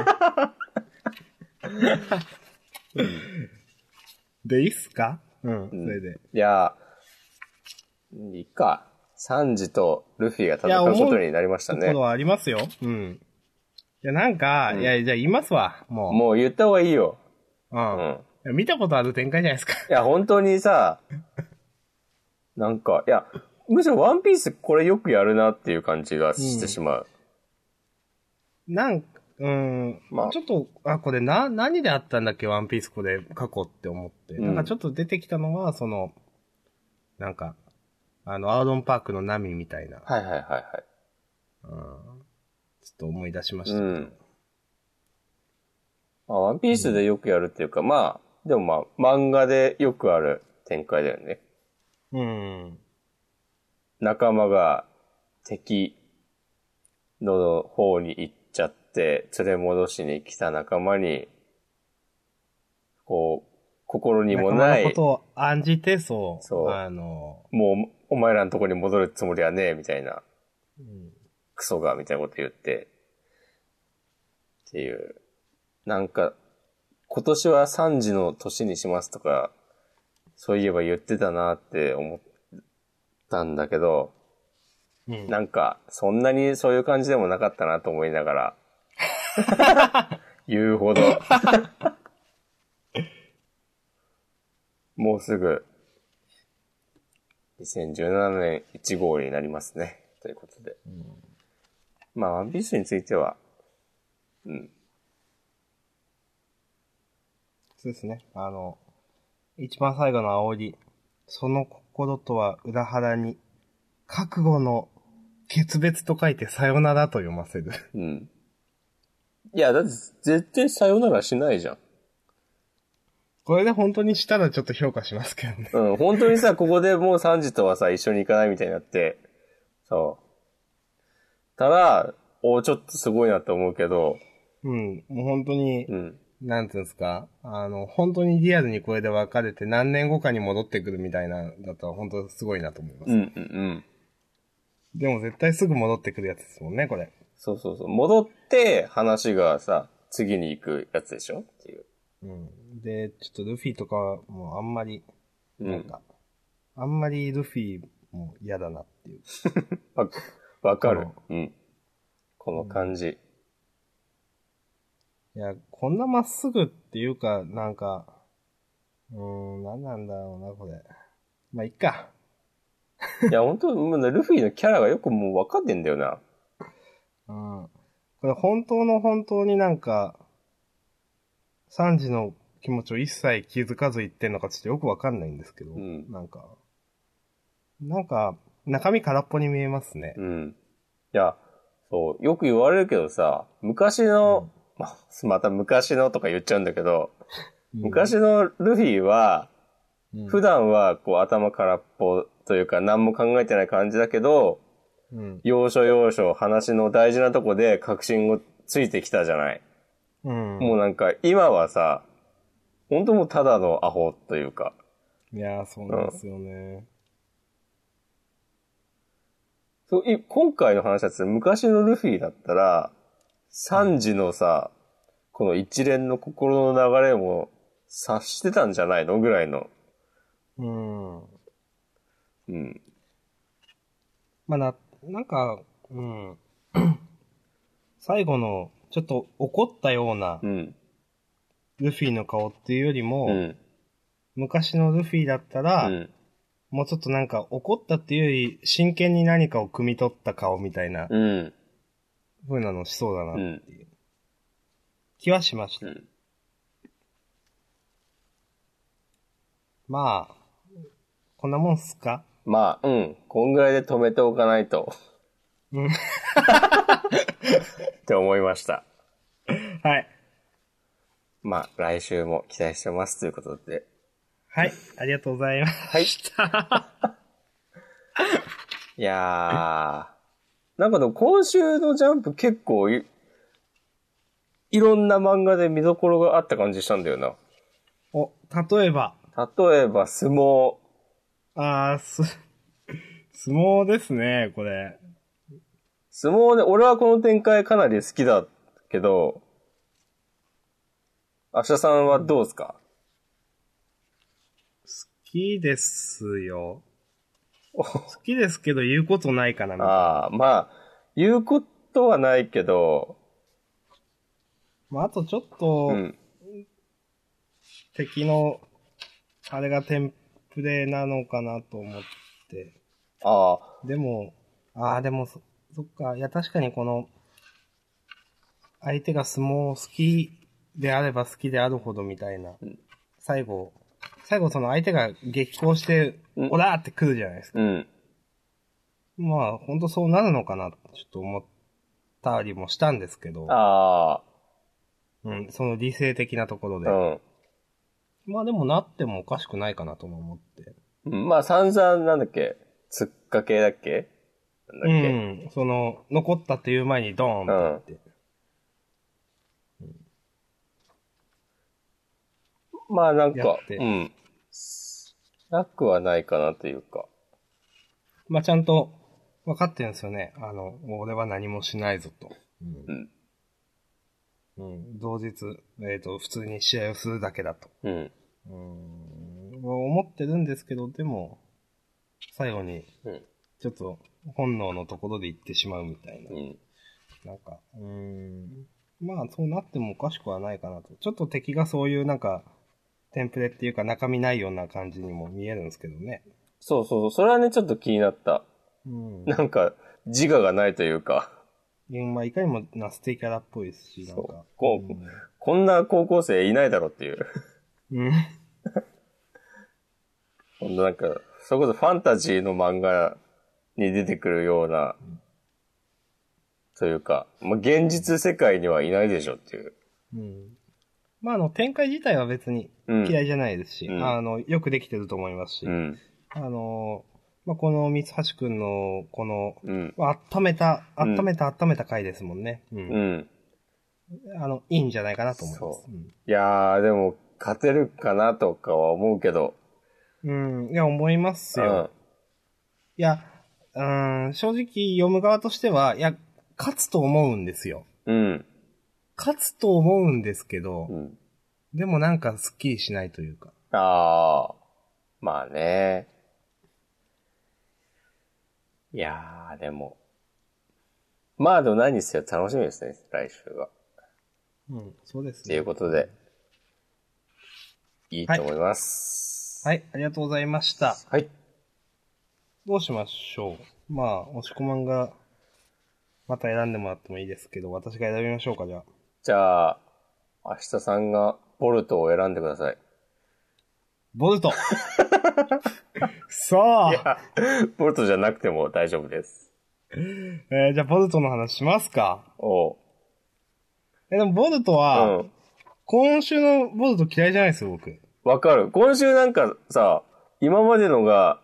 ね。で、いいっすか？それで。 いや、いいか。サンジとルフィが戦うことになりましたね。 ところはありますよ。いや、なんか、じゃあ言いますわ、もう。 もう言った方がいいよ。 見たことある展開じゃないですか。 いや、本当にさ、なんか、いや、むしろワンピースこれよくやるなっていう感じがしてしまう。 ちょっと、これ何であったんだっけ、ワンピースこれ、過去って思って。なんかちょっと出てきたのは、なんか、アーロンパークのナミみたいな。 はい。ちょっと思い出しましたけど。 ワンピースでよくやるっていうか、でも漫画でよくある展開だよね。仲間が敵の方に行っちゃって、連れ戻しに来た仲間に、こう、心にもない。 仲間のことを案じて、 もう、お前らのとこに戻るつもりはねえ、みたいな。クソが、みたいなこと言って。っていう。なんか、今年は3時の年にしますとか、そういえば言ってたなって思ったんだけど、なんか、そんなにそういう感じでもなかったなと思いながら、言うほど。もうすぐ、2017年1号になりますね。ということで。ワンピースについては、 そうですね。一番最後の煽り。その心とは裏腹に、覚悟の決別と書いてさよならと読ませる。 いや、だって絶対さよならしないじゃん。 これで本当にしたらちょっと評価しますけどね。 本当にさ、ここでもうサンジとはさ、一緒に行かないみたいになって、そう。たら、ちょっとすごいなと思うけど。 もう本当に、なんていうんですか、本当にリアルにこれで別れて何年後かに戻ってくるみたいな、だったら本当すごいなと思います。でも絶対すぐ戻ってくるやつですもんね、これ。 そう。戻って話がさ、次に行くやつでしょっていう。 で、ちょっとルフィとかはもうあんまり、なんか、あんまりルフィも嫌だなっていう。 わかる。この感じ。 いや、こんなまっすぐっていうか、なんか、なんなんだろうな、これ。いっか。 いや、本当ルフィのキャラがよくもうわかんねえんだよな。 これ本当になんか、サンジの気持ちを一切気づかず言ってんのかちょっとよくわかんないんですけど、なんか、中身空っぽに見えますね。 いや、そう、よく言われるけどさ、昔の、また昔のとか言っちゃうんだけど、昔のルフィは、普段はこう頭空っぽというか何も考えてない感じだけど、要所要所話の大事なとこで確信をついてきたじゃない。もうなんか今はさ、本当もうただのアホというか。 いやー、そうなんですよね。 今回の話だと昔のルフィだったら、サンジのさ、この一連の心の流れも察してたんじゃないのぐらいの。 なんか、最後の、ちょっと怒ったような、ルフィの顔っていうよりも、昔のルフィだったら、もうちょっとなんか怒ったっていうより、真剣に何かを汲み取った顔みたいな、風なのしそうだなっていう気はしました。 まあ、こんなもんっすか？ まあ、こんぐらいで止めておかないと。って思いました。 はい。 まあ、来週も期待してますということで。 はい、ありがとうございました。 はい。いやー、なんかでも今週のジャンプ結構いろんな漫画で見どころがあった感じしたんだよな。 お、例えば相撲。 相撲ですね、これ。 相撲で、俺はこの展開かなり好きだけど、明日さんはどうですか？ 好きですよ。好きですけど言うことないかなみたいな。 ああ、まあ、言うことはないけど、 まあ、あとちょっと、敵の、あれがテンプレなのかなと思って。 ああ。 でも、そっか。いや、確かにこの、相手が相撲好きであれば好きであるほどみたいな。最後その相手が激高して、オラーって来るじゃないですか。まあ、ほんとそうなるのかな、ちょっと思ったりもしたんですけど。 ああ。 その理性的なところで。まあでもなってもおかしくないかなとも思って。 まあ散々なんだっけ、つっかけだっけなんだっけ、 その、残ったっていう前にドーンって言って。 まあなんか、なくはないかなというか。 まあちゃんと分かってるんですよね。俺は何もしないぞと。同日、普通に試合をするだけだと。思ってるんですけど、でも、最後に、ちょっと本能のところで言ってしまうみたいな。なんか、まあそうなってもおかしくはないかなと。ちょっと敵がそういうなんか、テンプレっていうか中身ないような感じにも見えるんですけどね。 そう。それはね、ちょっと気になった。なんか、自我がないというか。 まあ、いかにもナステキャラっぽいですし、なんか。 こんな高校生いないだろっていう。ほんとなんか、それこそファンタジーの漫画に出てくるような、というか、まあ、現実世界にはいないでしょっていう。 まあ、展開自体は別に嫌いじゃないですし、よくできてると思いますし、まあ、この三橋くんの、この、温めた回ですもんね。いいんじゃないかなと思います。 いやー、でも、勝てるかなとかは思うけど。 いや、思いますよ。いや、正直読む側としては、いや、勝つと思うんですよ。勝つと思うんですけど、でもなんかスッキリしないというか。 ああ、まあね。いやー、でも。まあでも何せよ楽しみですね、来週は。 そうですね。 ということで、いいと思います。 はい、ありがとうございました。 はい。 どうしましょう。まあ、押し込まんが、また選んでもらってもいいですけど、私が選びましょうか、じゃあ。 じゃあ、明日さんがボルトを選んでください。 ボルトさあ。 いや、ボルトじゃなくても大丈夫です。 じゃあボルトの話しますか。でもボルトは、今週のボルト嫌いじゃないですよ、僕。 わかる。今週なんかさ、今までの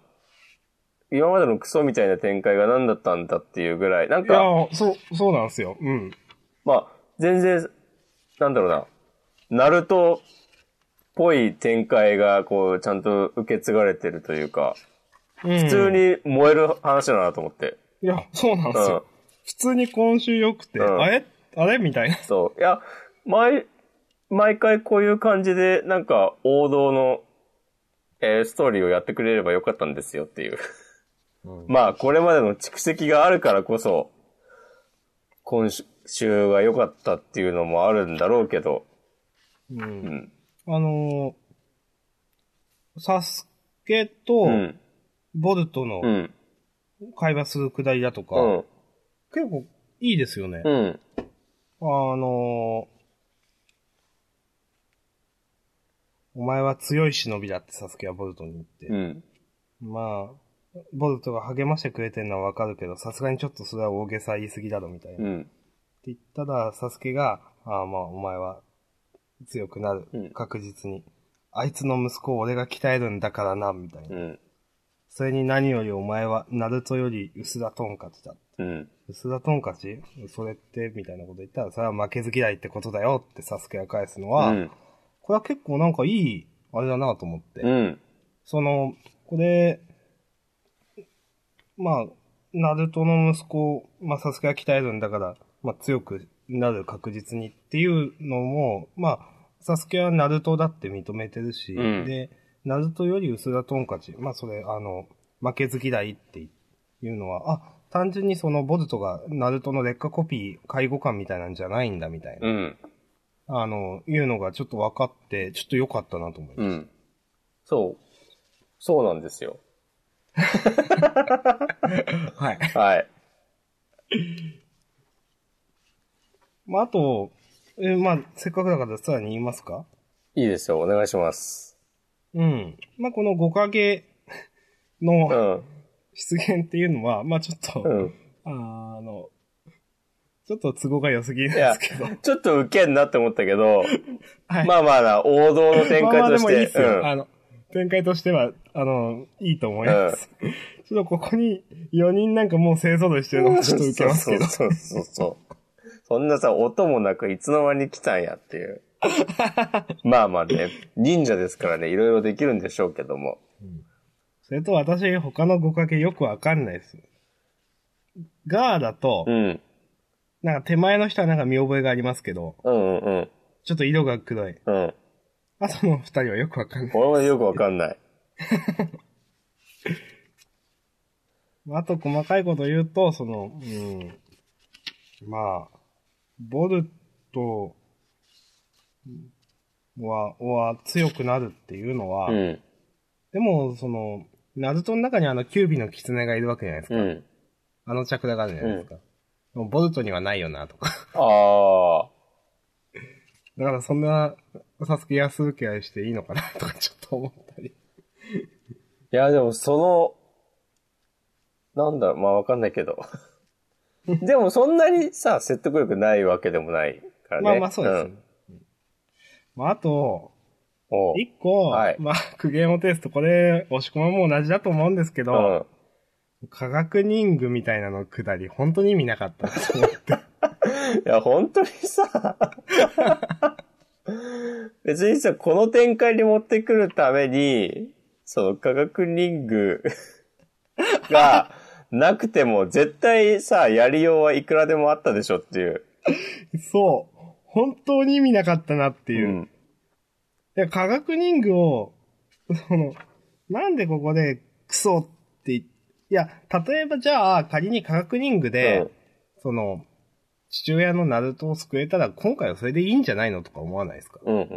クソみたいな展開が何だったんだっていうぐらい、なんか。 いや、そうなんですよ。 まあ、全然、なんだろうな、ナルトっぽい展開が、こう、ちゃんと受け継がれてるというか、普通に燃える話だなと思って。 いや、そうなんですよ。普通に今週良くて、あれみたいな。 そう。いや、毎回こういう感じで、なんか、王道の、ストーリーをやってくれればよかったんですよっていう。まあ、これまでの蓄積があるからこそ、今週が良かったっていうのもあるんだろうけど。 サスケと、ボルトの会話するくだりだとか、結構いいですよね。 お前は強い忍びだってサスケはボルトに言って。 うん。 まあ、ボルトが励ましてくれてるのはわかるけど、さすがにちょっとそれは大げさ言い過ぎだろみたいな。 うん。 って言ったら、サスケが、まあお前は強くなる。 うん、 確実に。あいつの息子を俺が鍛えるんだからな、みたいな。 うん。 それに何よりお前は、ナルトより薄田トンカチだ。 うん。 薄田トンカチそれって、みたいなこと言ったら、それは負けず嫌いってことだよってサスケが返すのは、これは結構なんかいい、あれだなと思って。これ、まあ、ナルトの息子を、まあ、サスケが鍛えるんだから、まあ、強くなる確実にっていうのも、まあ、サスケはナルトだって認めてるし、で、ナルトより薄田トンカチ、まあ、それ、負けず嫌いっていうのは、単純にそのボルトがナルトの劣化コピー、介護官みたいなんじゃないんだみたいな。いうのがちょっと分かって、ちょっと良かったなと思います。 そうなんですよ。 はい。 はい。 まあ、あと、まあ、せっかくだからさらに言いますか？ いいですよ、お願いします。 うん。まあ、この5影の出現っていうのは、まあちょっと、ちょっと都合が良すぎるんですけど。 ちょっとウケんなって思ったけど、はい、まあまあな、王道の展開として。まあでもいいっすよ。展開としては、いいと思います。ちょっとここに4人なんかもう勢揃いしてるのもちょっとウケますけど。 そう。そんなさ、音もなくいつの間に来たんやっていう。まあまあね、忍者ですからね、いろいろできるんでしょうけども。 それと私、他の5影よくわかんないです。ガーだと、なんか手前の人はなんか見覚えがありますけど、ちょっと色が黒い。あとの2人はよくわかんない。 俺もよくわかんない。 あと細かいこと言うと、まあ、ボルトは強くなるっていうのは、でも、ナルトの中にキュービの狐がいるわけじゃないですか。チャクラがあるじゃないですか。ボルトにはないよな、とか。だからそんな、サスケ安請け合いしていいのかな、とかちょっと思ったり。いや、でもなんだろう、まあわかんないけど。でもそんなにさ、説得力ないわけでもないからね。 まあそうですね。まああと、一個、まあ苦言を呈すとこれ、押し込まも同じだと思うんですけど、科学人具みたいなのくだり、本当に意味なかったと思って。 いや、本当にさ、別にさ、この展開に持ってくるために、科学人具がなくても絶対さ、やりようはいくらでもあったでしょっていう。 そう。本当に意味なかったなっていう。いや、科学人具を、なんでここでクソっていや、例えばじゃあ仮に科学人具で、父親のナルトを救えたら今回はそれでいいんじゃないのとか思わないですか？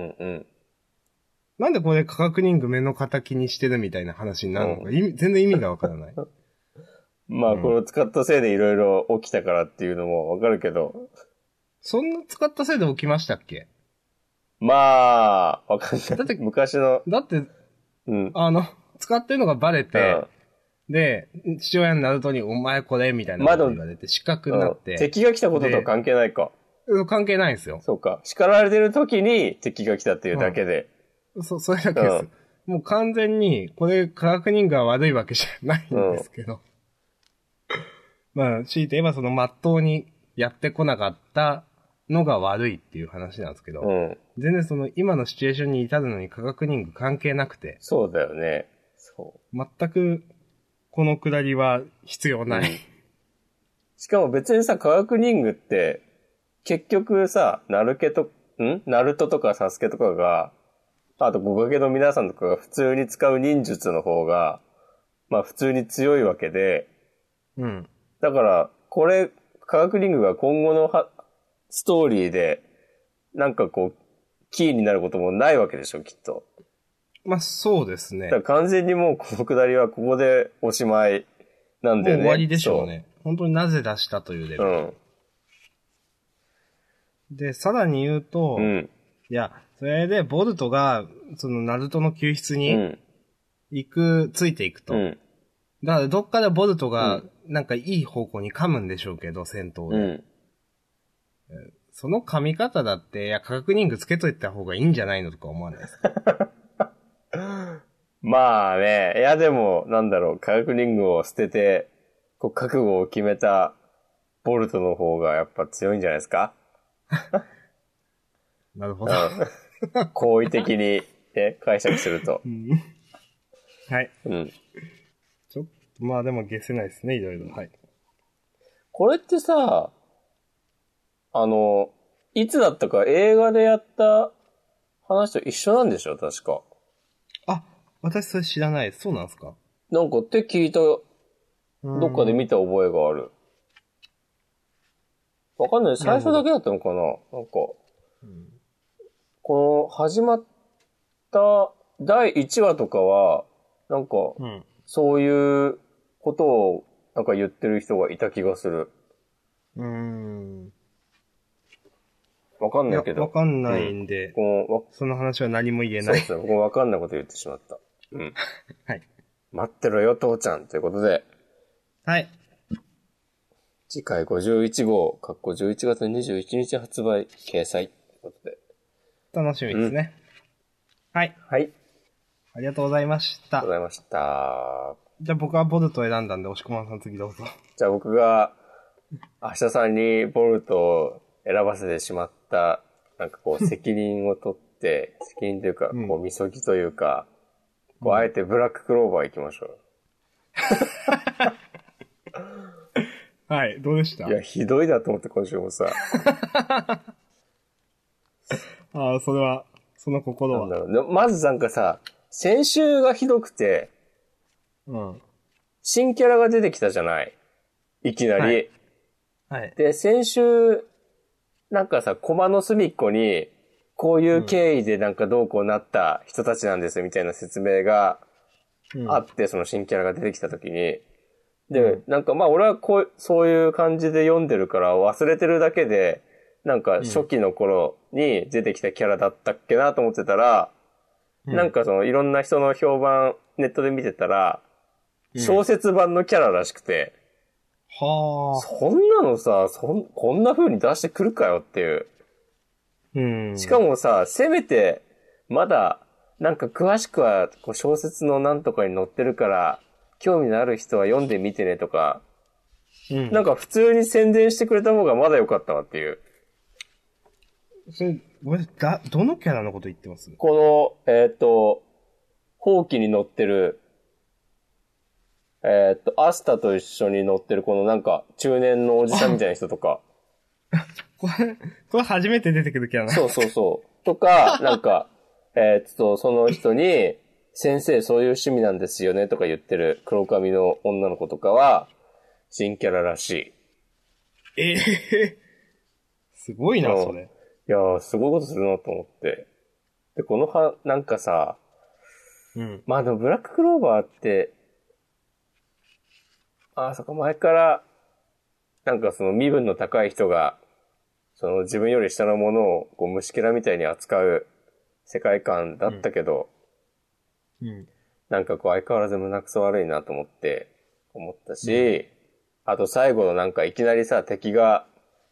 なんでこれ科学人具目の敵にしてるみたいな話になるのか、全然意味がわからない。 まあ、これを使ったせいでいろいろ起きたからっていうのもわかるけど。 そんな使ったせいで起きましたっけ？ まあ、わかんない。だって昔の。 だって、使ってるのがバレて、で、父親のナルトにお前これみたいなこと言われて、失格になって、 敵が来たこととは関係ないか。 関係ないんですよ。 そうか。叱られてる時に敵が来たっていうだけで。 それだけです。もう完全に、これ科学人が悪いわけじゃないんですけど。まあ、強いて言えば真っ当にやってこなかったのが悪いっていう話なんですけど、全然今のシチュエーションに至るのに科学人具関係なくて。 そうだよね。 全く、このくだりは必要ない。 しかも別にさ、科学人具って、結局さ、ナルトとかサスケとかが、あと5影の皆さんとかが普通に使う忍術の方が、まあ普通に強いわけで、だから、これ、科学人具が今後のストーリーで、なんかキーになることもないわけでしょ、きっと。 まあそうですね。 だから完全にもうこのくだりはここでおしまいなんだよね。 もう終わりでしょうね。本当になぜ出したというレベル。で、さらに言うと、いや、 それで、ボルトが、その、ナルトの救出に、ついていくと。だから、どっかでボルトが、なんかいい方向に噛むんでしょうけど、戦闘で。その噛み方だって、いや、化学リングつけといた方がいいんじゃないのとか思わないですか？ まあね、いやでも、なんだろう、化学リングを捨てて、こう、覚悟を決めた、ボルトの方がやっぱ強いんじゃないですか？ なるほど。 好意的に、ね、解釈すると。 はい。ちょっと、まあでも消せないですね、いろいろ。はい。 これってさ、いつだったか映画でやった話と一緒なんでしょ確か。 あ、私それ知らない。そうなんですか？ なんかって聞いた、どっかで見た覚えがある。わかんない。最初だけだったのかななんか、この始まった第1話とかは、なんか、そういうことをなんか言ってる人がいた気がする。わかんないけど。 わかんないんで、その話は何も言えない。 そうですね。僕わかんないこと言ってしまった。 はい。 待ってろよ、父ちゃん。ということで。 はい。 次回51号、11月21日発売、掲載。ということで。 楽しみですね。はい。 はい。 ありがとうございました。 ありがとうございました。 じゃあ僕はボルトを選んだんで、押し込まんさん次どうぞ。 じゃあ僕が、明日さんにボルトを選ばせてしまった、なんかこう責任を取って、責任というか、こう、みそぎというか、こう、あえてブラッククローバー行きましょう。 はい、どうでした？ いや、ひどいなと思って今週もさ。 ああ、それは、その心は。 なんだろう。まずなんかさ、先週がひどくて、新キャラが出てきたじゃない。いきなり。 はい。 で、先週、なんかさ、コマの隅っこに、こういう経緯でなんかどうこうなった人たちなんですみたいな説明があって、その新キャラが出てきた時に。で、なんかまあ俺はそういう感じで読んでるから忘れてるだけで、なんか初期の頃に出てきたキャラだったっけなと思ってたら、なんかそのいろんな人の評判ネットで見てたら、小説版のキャラらしくて、 はあ。 そんなのさ、こんな風に出してくるかよっていう。しかもさ、せめて、まだ、なんか詳しくはこう小説のなんとかに載ってるから、興味のある人は読んでみてねとか、なんか普通に宣伝してくれた方がまだ良かったわっていう。 それ、どのキャラのこと言ってます？ この、ほうきに載ってる、アスタと一緒に乗ってるこのなんか中年のおじさんみたいな人とか。 これ初めて出てくるキャラな。 そう。とか、なんか、その人に、先生そういう趣味なんですよねとか言ってる黒髪の女の子とかは、新キャラらしい。 すごいな、それ。 いやー、すごいことするなと思って。で、なんかさ、まあでもブラッククローバーって、そこ前から、なんかその身分の高い人が、その自分より下のものをこう虫けらみたいに扱う世界観だったけど、なんかこう相変わらず胸くそ悪いなと思ったし、あと最後のなんかいきなりさ、敵が、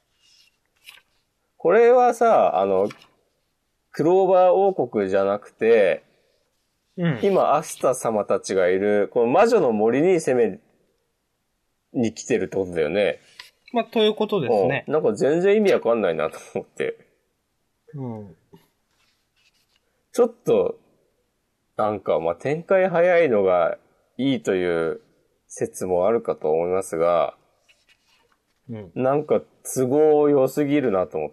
これはさ、クローバー王国じゃなくて、今アスタ様たちがいる、この魔女の森に攻めに来てるってことだよね。 まあ、ということですね。 なんか全然意味わかんないなと思って。ちょっと、なんか、まあ、展開早いのがいいという説もあるかと思いますが、なんか都合良すぎるなと思って。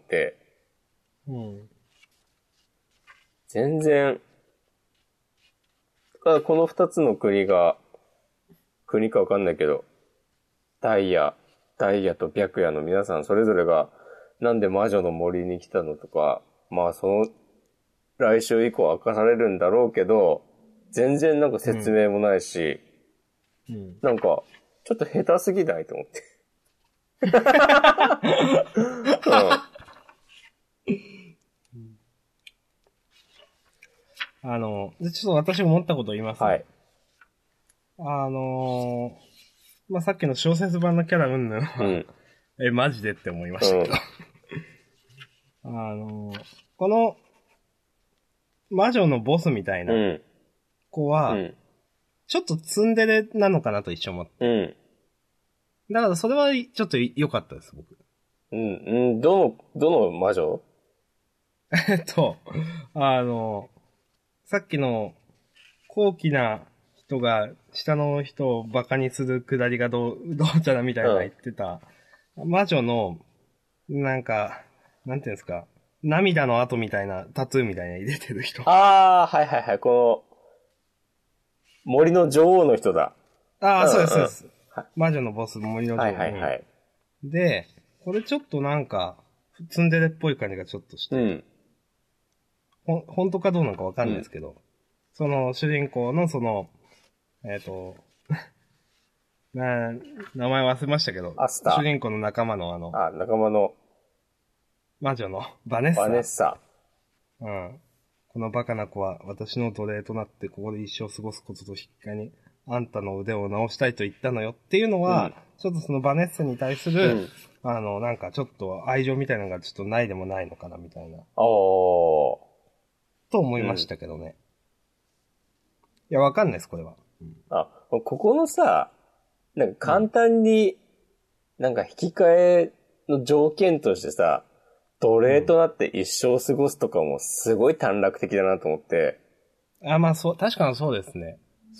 全然、この二つの国かわかんないけど、ダイヤと白夜の皆さんそれぞれがなんで魔女の森に来たのとか、まあ来週以降明かされるんだろうけど、全然なんか説明もないし、なんかちょっと下手すぎないと思って。 ちょっと私思ったこと言いますね。 はい。 まあ、さっきの小説版のキャラ云々は、マジでって思いましたけど。この、魔女のボスみたいな子は、ちょっとツンデレなのかなと一瞬思って。だからそれはちょっと良かったです、僕。 どの魔女さっきの高貴な人が下の人をバカにするくだりがどうちゃらみたいな言ってた、魔女の、なんか、なんていうんですか、涙の跡みたいな、タトゥーみたいな入れてる人。 はいはいはい、この、森の女王の人だ。 そうですそうです。魔女のボス、森の女王。はいはいはい。で、これちょっとなんか、ツンデレっぽい感じがちょっとして。本当かどうなのかわかんないですけど、その主人公の名前忘れましたけど、主人公の仲間の仲間の魔女のバネッサ。 バネッサ。 このバカな子は私の奴隷となってここで一生過ごすことと引き換えに、あんたの腕を直したいと言ったのよっていうのは、ちょっとそのバネッサに対する、なんかちょっと愛情みたいなのがちょっとないでもないのかなみたいな。と思いましたけどね。いや、わかんないです、これは。 ここのさ、なんか簡単に、なんか引き換えの条件としてさ、奴隷となって一生過ごすとかもすごい短絡的だなと思って。 まあそう、確かにそうですね。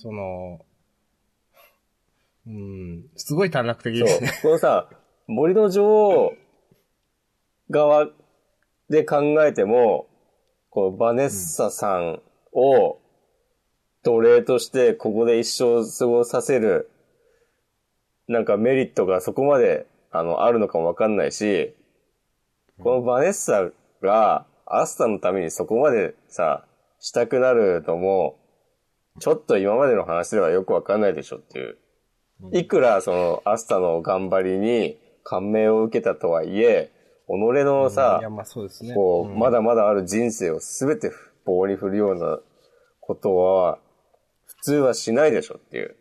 すごい短絡的ですね。 そう。このさ、森の女王側で考えても、このバネッサさんを奴隷としてここで一生過ごさせるなんかメリットがそこまであるのかもわかんないし、このバネッサがアスタのためにそこまでさしたくなるのもちょっと今までの話ではよくわかんないでしょっていう。いくらそのアスタの頑張りに感銘を受けたとはいえ、己のさ、こう、まだまだある人生をすべて棒に振るようなことは、普通はしないでしょっていう。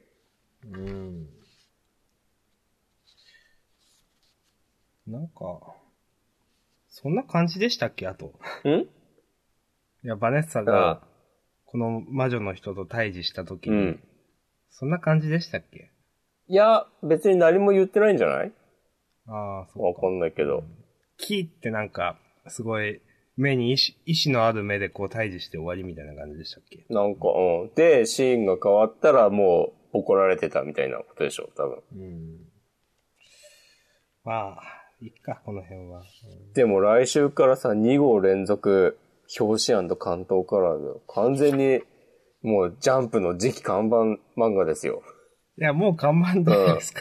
なんか、そんな感じでしたっけ、あと。いや、バネッサが、この魔女の人と対峙したときに、そんな感じでしたっけ？ いや、別に何も言ってないんじゃない？ そうか。 わかんないけど。 キーってなんか、すごい、目に意志のある目でこう対峙して終わりみたいな感じでしたっけ？ なんか、で、シーンが変わったらもう怒られてたみたいなことでしょ、多分。 まあ、いっか、この辺は。 でも来週からさ、2号連続、表紙&関東カラーで、完全に、もうジャンプの次期看板漫画ですよ。 いや、もう看板じゃないですか。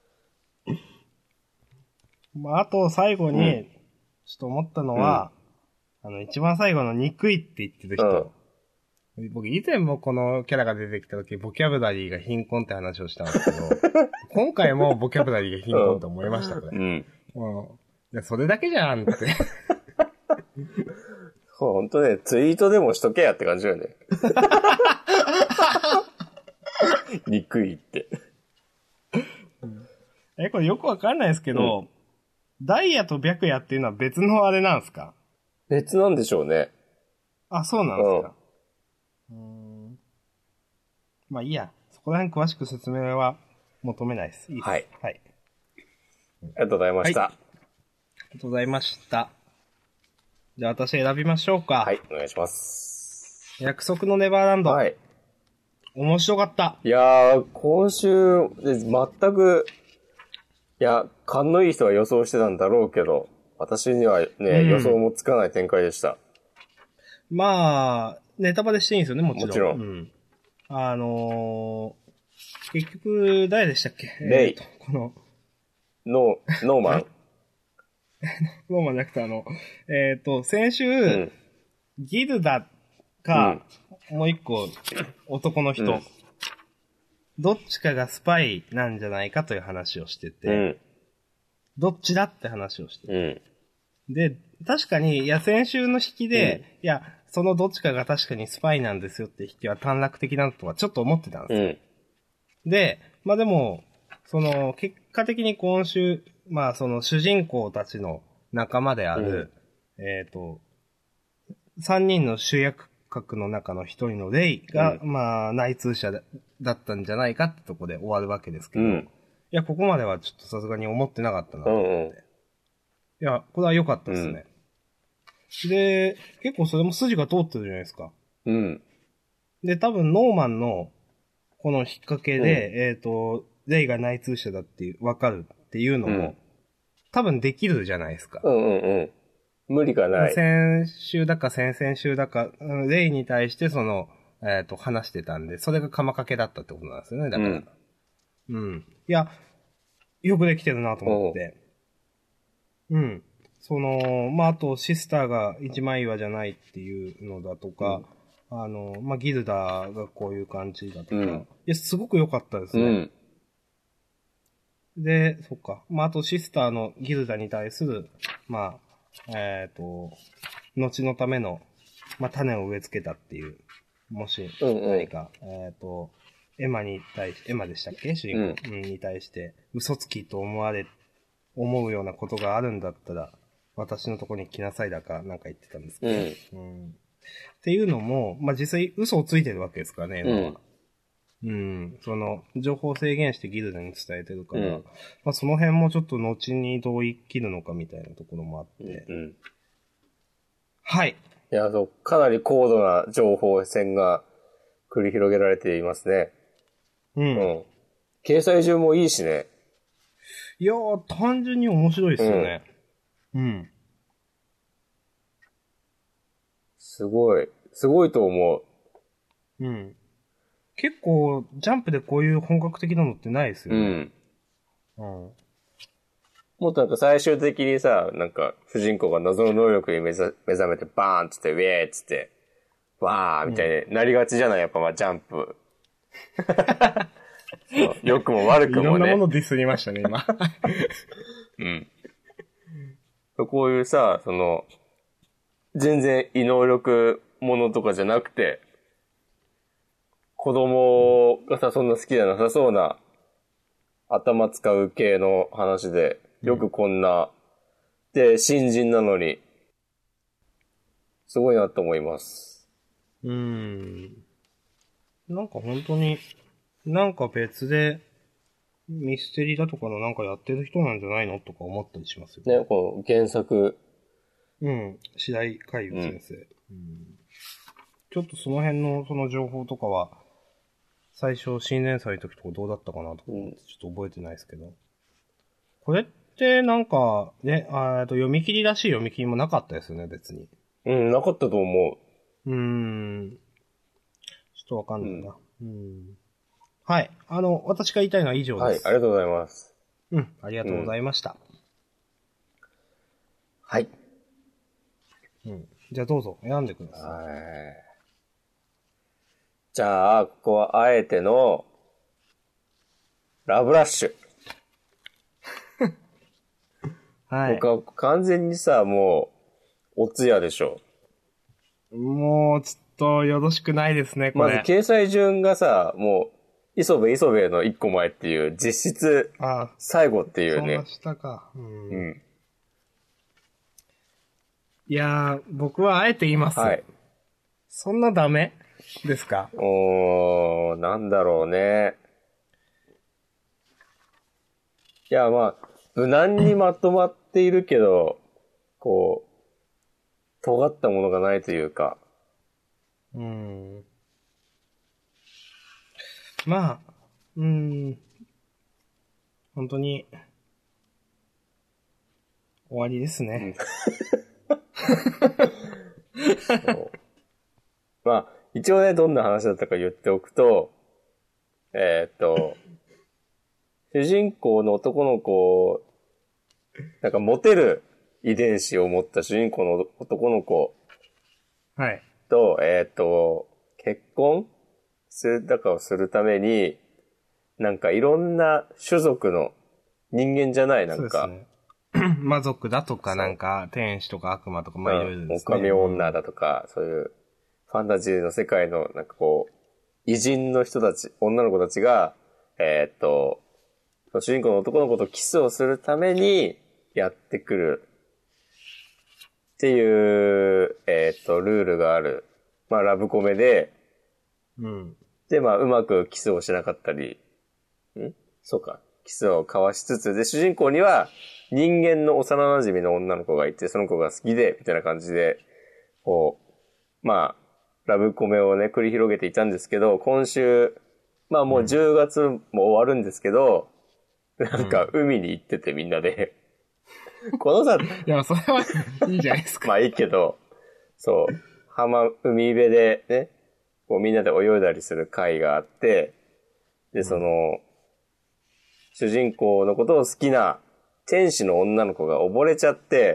まあ、あと最後に、ちょっと思ったのは、一番最後の憎いって言ってる人。僕以前もこのキャラが出てきた時、ボキャブラリーが貧困って話をしたんですけど、今回もボキャブラリーが貧困と思いました、これ。いや、それだけじゃんって。 ほんとね、ツイートでもしとけやって感じだよね。憎いって。 これよくわかんないですけど、ダイヤと白夜っていうのは別のあれなんですか？ 別なんでしょうね。 そうなんですか。まあいいや。そこら辺詳しく説明は求めないです。いいです。 はい。 はい。 ありがとうございました。 ありがとうございました。じゃあ私選びましょうか。 はい、お願いします。 約束のネバーランド。はい。面白かった。 いやー、今週、全く、いや、勘のいい人は予想してたんだろうけど、私にはね、予想もつかない展開でした。 まあ、ネタバレしていいんですよね、もちろん。もちろん。結局、誰でしたっけ？ レイ。 この、 ノーマン。 ノーマンじゃなくて先週、ギルダか、もう一個、男の人、どっちかがスパイなんじゃないかという話をしてて、どっちだって話をしてて、で、確かに、いや、先週の引きで、いや、 そのどっちかが確かにスパイなんですよって引きは短絡的だなとはちょっと思ってたんですよ。で、まあでも、結果的に今週、まあ主人公たちの仲間である、3人の主役格の中の一人のレイが、まあ内通者だったんじゃないかってとこで終わるわけですけど、いや、ここまではちょっとさすがに思ってなかったなと思って。いや、これは良かったですね。で、結構それも筋が通ってるじゃないですか。で、多分ノーマンのこの引っ掛けで、レイが内通者だっていう、わかるっていうのも、多分できるじゃないですか。 無理がない。 先週だか先々週だか、レイに対して話してたんで、それが鎌掛けだったってことなんですよね、だから。いや、よくできてるなと思って。まあ、あと、シスターが一枚岩じゃないっていうのだとか、まあ、ギルダがこういう感じだとか、いや、すごく良かったですね。で、そっか。まあ、あと、シスターのギルダに対する、まあ、後のための、まあ、種を植え付けたっていう、もし、何か、エマでしたっけ主人公、に対して、嘘つきと思うようなことがあるんだったら、私のところに来なさいだか、なんか言ってたんですけど。っていうのも、まあ、実際嘘をついてるわけですからね、エマは。情報を制限してギルダに伝えてるから、まあ、その辺もちょっと後にどう生きるのかみたいなところもあって。はい。 いや、かなり高度な情報戦が繰り広げられていますね。掲載順もいいしね。 いやー、単純に面白いですよね。 すごいと思う。結構、ジャンプでこういう本格的なのってないですよね。 もっとなんか最終的にさ、なんか主人公が謎の能力に目覚めてバーンっつってウェーっつって、わーみたいになりがちじゃないやっぱまあジャンプ。良くも悪くもね。 いろんなものディスりましたね、今。 こういうさ、全然異能力ものとかじゃなくて、子供がさ、そんな好きじゃなさそうな頭使う系の話で、よくこんな、で、新人なのに、すごいなと思います。 なんか本当に、なんか別で、ミステリーだとかのなんかやってる人なんじゃないのとか思ったりしますよね。この原作。 白井海優先生。ちょっとその辺のその情報とかは、最初新連載の時とかどうだったかなとか、ちょっと覚えてないですけど。これってなんか、ね、読み切りらしい読み切りもなかったですよね、別に。 なかったと思う。 ちょっとわかんないな。はい。私が言いたいのは以上です。 はい、ありがとうございます。 ありがとうございました。 はい。 じゃあどうぞ、選んでください。 じゃあ、ここはあえての、ラブラッシュ。 はい。 僕は完全にさ、もう、おつやでしょ。 もう、ちょっとよろしくないですね、これ。 まず掲載順がさ、もう、磯部の一個前っていう、実質、最後っていうね。 そんな下か。いやー、僕はあえて言います。はい。そんなダメですか？ なんだろうね。いや、まあ、無難にまとまっているけど、こう、尖ったものがないというか。 まあ、本当に、終わりですね。 まあ、一応ね、どんな話だったか言っておくと、主人公の男の子、なんかモテる遺伝子を持った主人公の男の子と、結婚するために、なんかいろんな種族の人間じゃない、なんか。そうですね。 魔族だとか、なんか天使とか悪魔とか、まあいろいろですね。 狼女だとか、そういうファンタジーの世界の、なんかこう、偉人の人たち、女の子たちが、主人公の男の子とキスをするためにやってくるっていう、ルールがある。まあ、ラブコメで、 うん。 で、まあ、うまくキスをしなかったり、そうか。キスを交わしつつ、で、主人公には人間の幼馴染の女の子がいて、その子が好きで、みたいな感じで、こう、まあ、ラブコメをね、繰り広げていたんですけど、今週、まあもう10月も終わるんですけど、なんか海に行っててみんなで、このさ、 いや、それはいいじゃないですか。 まあいいけど、そう、海辺でね、こうみんなで泳いだりする会があって、で、その、主人公のことを好きな天使の女の子が溺れちゃって、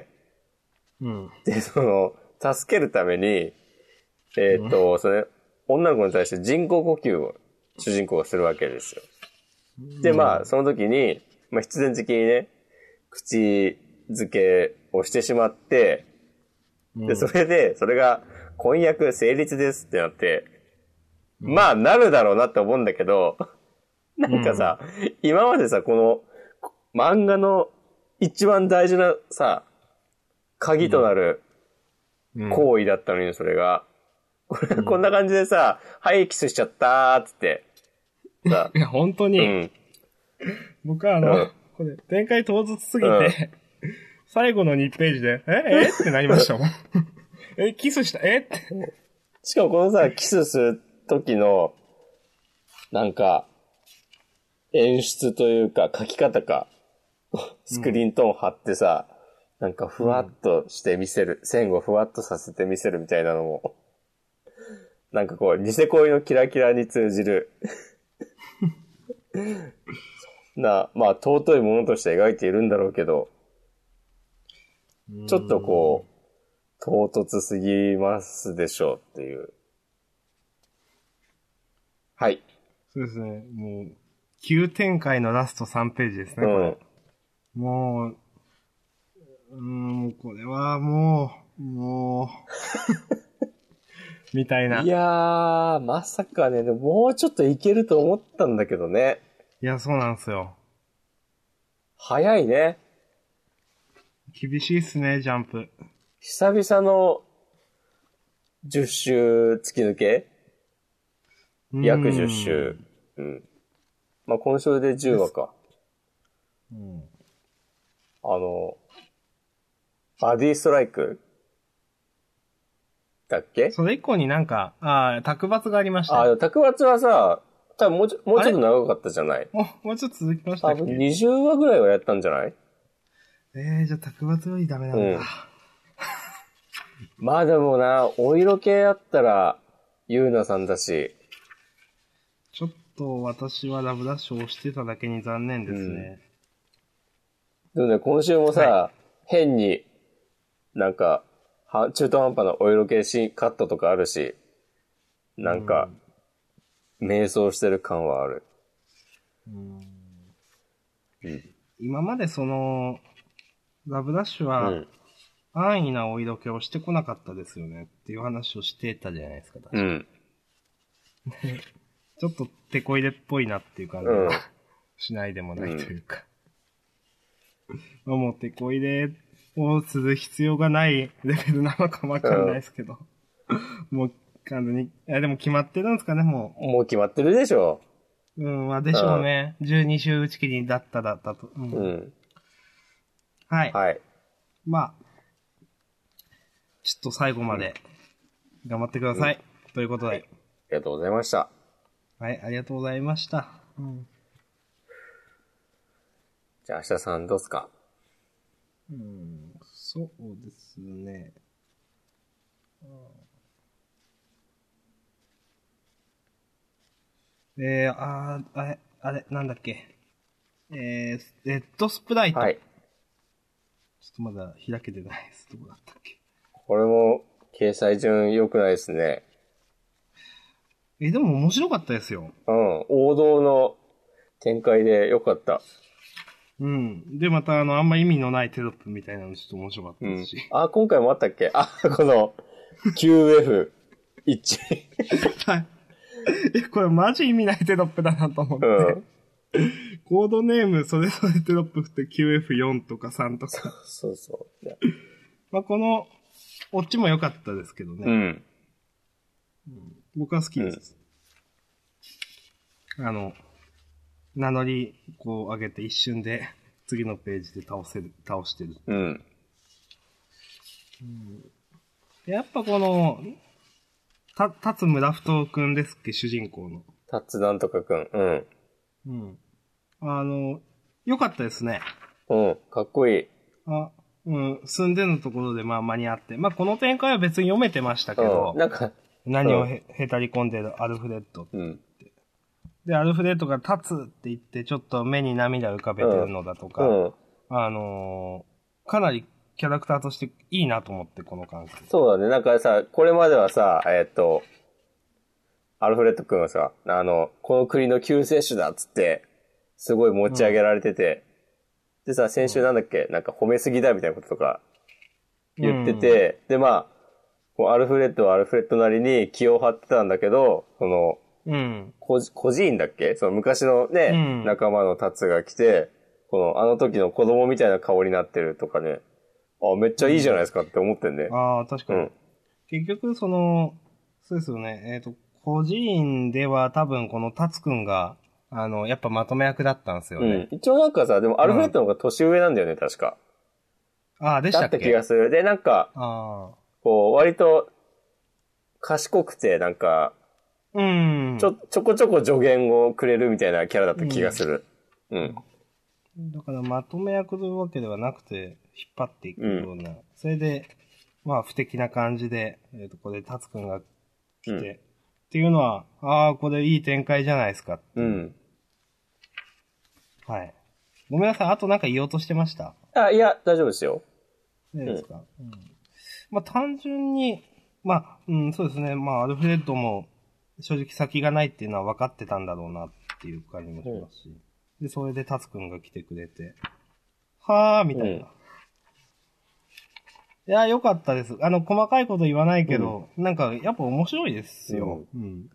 で、その、助けるために、それ、女の子に対して人工呼吸を主人公がするわけですよ。で、まあ、その時に、まあ、必然的にね、口づけをしてしまって、で、それが、婚約成立ですってなって、まあ、なるだろうなって思うんだけど、なんかさ、今までさ、この、漫画の一番大事なさ、鍵となる行為だったのに、それが。こんな感じでさ、はい、キスしちゃったーっつって。 さいや、本当に。僕はこれ、展開唐突すぎて、最後の2ページで、ってなりましたもん。キスしたって。 しかもこのさ、キスする時の、なんか、演出というか、書き方か、スクリーントーン貼ってさ、なんかふわっとして見せる、線をふわっとさせて見せるみたいなのも、なんかこう、ニセ恋のキラキラに通じるまあ、尊いものとして描いているんだろうけど、ちょっとこう、唐突すぎますでしょうっていう。はい。 そうですね。もう、急展開のラスト3ページですね、これ。もう、これはもう、みたいな。 いやー、まさかね、でももうちょっといけると思ったんだけどね。 いや、そうなんですよ。 早いね。 厳しいっすね、ジャンプ。 久々の10週突き抜け約10週。まあ、今週で10話か。バディストライクだっけ？ それ以降になんか、卓抜がありました。 卓抜はさ、多分もうちょっと長かったじゃない？ もうちょっと続きましたっけ？ 多分20話ぐらいはやったんじゃない？ じゃあ卓抜よりダメなんだ。 まあでもな、お色気あったら、ゆうなさんだし。 ちょっと私はラブダッシュを押してただけに残念ですね。 でもね、今週もさ、変になんか、中途半端なお色気カットとかあるし、なんか、迷走してる感はある。 今までその、ラブダッシュは、安易なお色気をしてこなかったですよねっていう話をしてたじゃないですか、確かちょっと手こ入れっぽいなっていう感じがしないでもないというか。もう手こ入れをする必要がないレベルなのかもわかんないですけど。もう完全に、でも決まってるんですかね、もう。 もう決まってるでしょ。 まあでしょうね。12週打ち切りだったと。はい。 はい。 まあ、ちょっと最後まで頑張ってください。ということで、 ありがとうございました。 はい、ありがとうございました。 じゃあ、明日さんどうすか？ そうですね。あれ、なんだっけ。レッドスプライト。はい。ちょっとまだ開けてないです。どこだったっけ。 これも、掲載順良くないですね。 でも面白かったですよ。 王道の展開で良かった。 で、またあんま意味のないテロップみたいなのちょっと面白かったですし。 今回もあったっけ？この QF。 1。 はい。これマジ意味ないテロップだなと思って。コードネームそれぞれテロップ振って QF4 とか3とか。 そうそう。 まあこの、オチも良かったですけどね。僕は好きです。名乗りこう上げて一瞬で次のページで倒してる。やっぱこの、タツムラフトくんですっけ、主人公の。 タツなんとかくん。 良かったですね。 かっこいい。 住んでのところでまあ間に合って。まあこの展開は別に読めてましたけど、 なんか、 何をへたり込んでるアルフレッドって。で、アルフレッドが立つって言ってちょっと目に涙浮かべてるのだとか、かなりキャラクターとしていいなと思って、この感じ。 そうだね。なんかさ、これまではさ、アルフレッド君はさ、この国の救世主だっつって、すごい持ち上げられてて、でさ、先週なんだっけ、なんか褒めすぎだみたいなこととか言ってて、でまあ、アルフレッドはアルフレッドなりに気を張ってたんだけど、その、孤児院だっけその昔のね、仲間のタツが来て、あの時の子供みたいな顔になってるとかね、めっちゃいいじゃないですかって思ってんね。 確かに。結局そうですよね。孤児院では多分このタツくんが、やっぱまとめ役だったんですよね。 一応なんかさ、でもアルフレッドの方が年上なんだよね、確か。 でしたっけ？ だった気がする。で、なんか、割と、賢くて、なんか、ちょこちょこ助言をくれるみたいなキャラだった気がする。 だからまとめ役というわけではなくて、引っ張っていくような。それで、まあ不敵な感じで、ここでタツくんが来て、っていうのは、これいい展開じゃないですか。はい。ごめんなさい、あとなんか言おうとしてました？ いや、大丈夫ですよ。 いいですか？まあ単純に、まあ、そうですね。まあアルフレッドも正直先がないっていうのは分かってたんだろうなっていう感じもしますし。で、それでタツくんが来てくれて、はーみたいな。いや、良かったです。細かいこと言わないけど、なんか、やっぱ面白いですよ。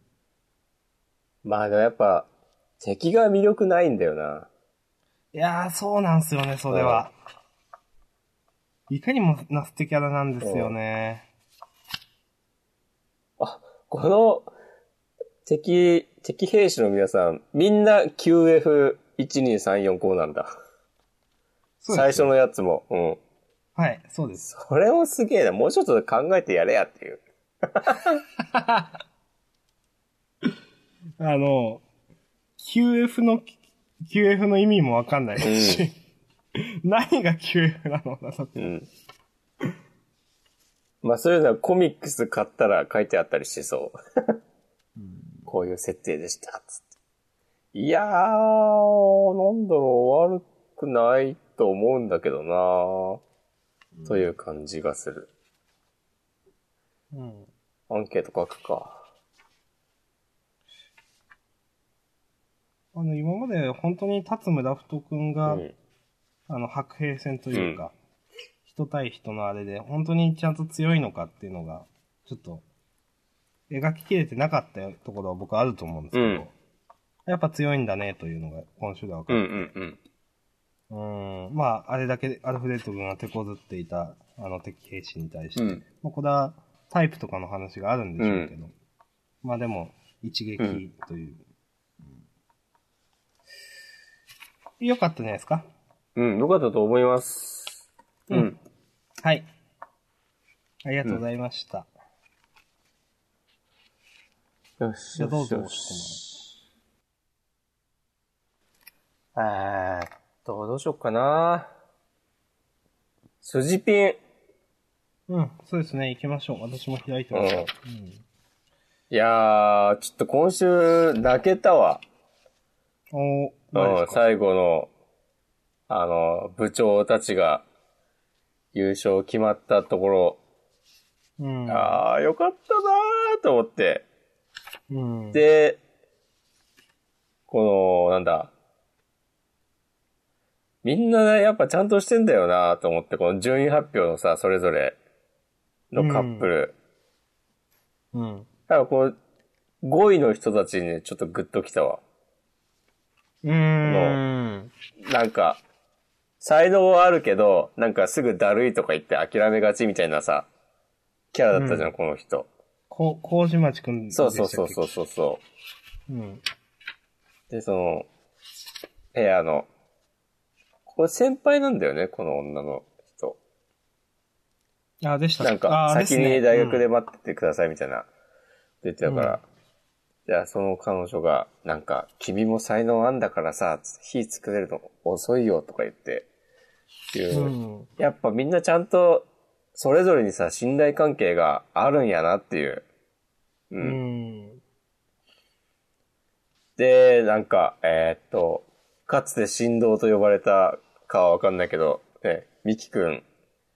まあ、でもやっぱ、敵が魅力ないんだよな。 いやー、そうなんすよね、それは。いかにもナステキャラなんですよね。 この、敵兵士の皆さん、みんな QF12345 なんだ。最初のやつも。 はい、そうです。 それもすげえな。もうちょっと考えてやれやっていう。 QF の意味もわかんないですし、何が QF なのかなって。 まあそういうのはコミックス買ったら書いてあったりしそう。こういう設定でした、つって。いやー、なんだろう、悪くないと思うんだけどなという感じがする。アンケート書くか。 今まで本当にタツムラフト君が、白兵戦というか、人対人のあれで、本当にちゃんと強いのかっていうのが、ちょっと、描ききれてなかったところは僕はあると思うんですけど、やっぱ強いんだねというのが今週で分かって。まあ、あれだけアルフレッド君が手こずっていた、敵兵士に対して、まあ、これはタイプとかの話があるんでしょうけど、まあでも、一撃という。良かったじゃないですか？ 良かったと思います。 はい。ありがとうございました。 よし。 じゃあどうぞ。 どうしよっかな。筋ピン。 そうですね。行きましょう。私も開いてました。 いやー、ちょっと今週泣けたわ。最後の、部長たちが優勝決まったところ。よかったなーと思って。で、みんなね、やっぱちゃんとしてんだよなと思って、この順位発表のさ、それぞれのカップル。 なんかこう、5位の人たちにね、ちょっとグッときたわ。なんか、才能はあるけど、なんかすぐだるいとか言って諦めがちみたいなさ、キャラだったじゃん、この人。 麹町くんでしたっけ？ そう。うん。で、その、ペアの、これ先輩なんだよね、この女の人。 あ、でしたっけ？ なんか、先に大学で待っててくださいみたいな、言ってたから、じゃあその彼女が、なんか、君も才能あんだからさ、火作れるの遅いよとか言って、やっぱみんなちゃんと、それぞれにさ、信頼関係があるんやなっていう。で、なんか、かつて神童と呼ばれたかはわかんないけど、ね、ミキくん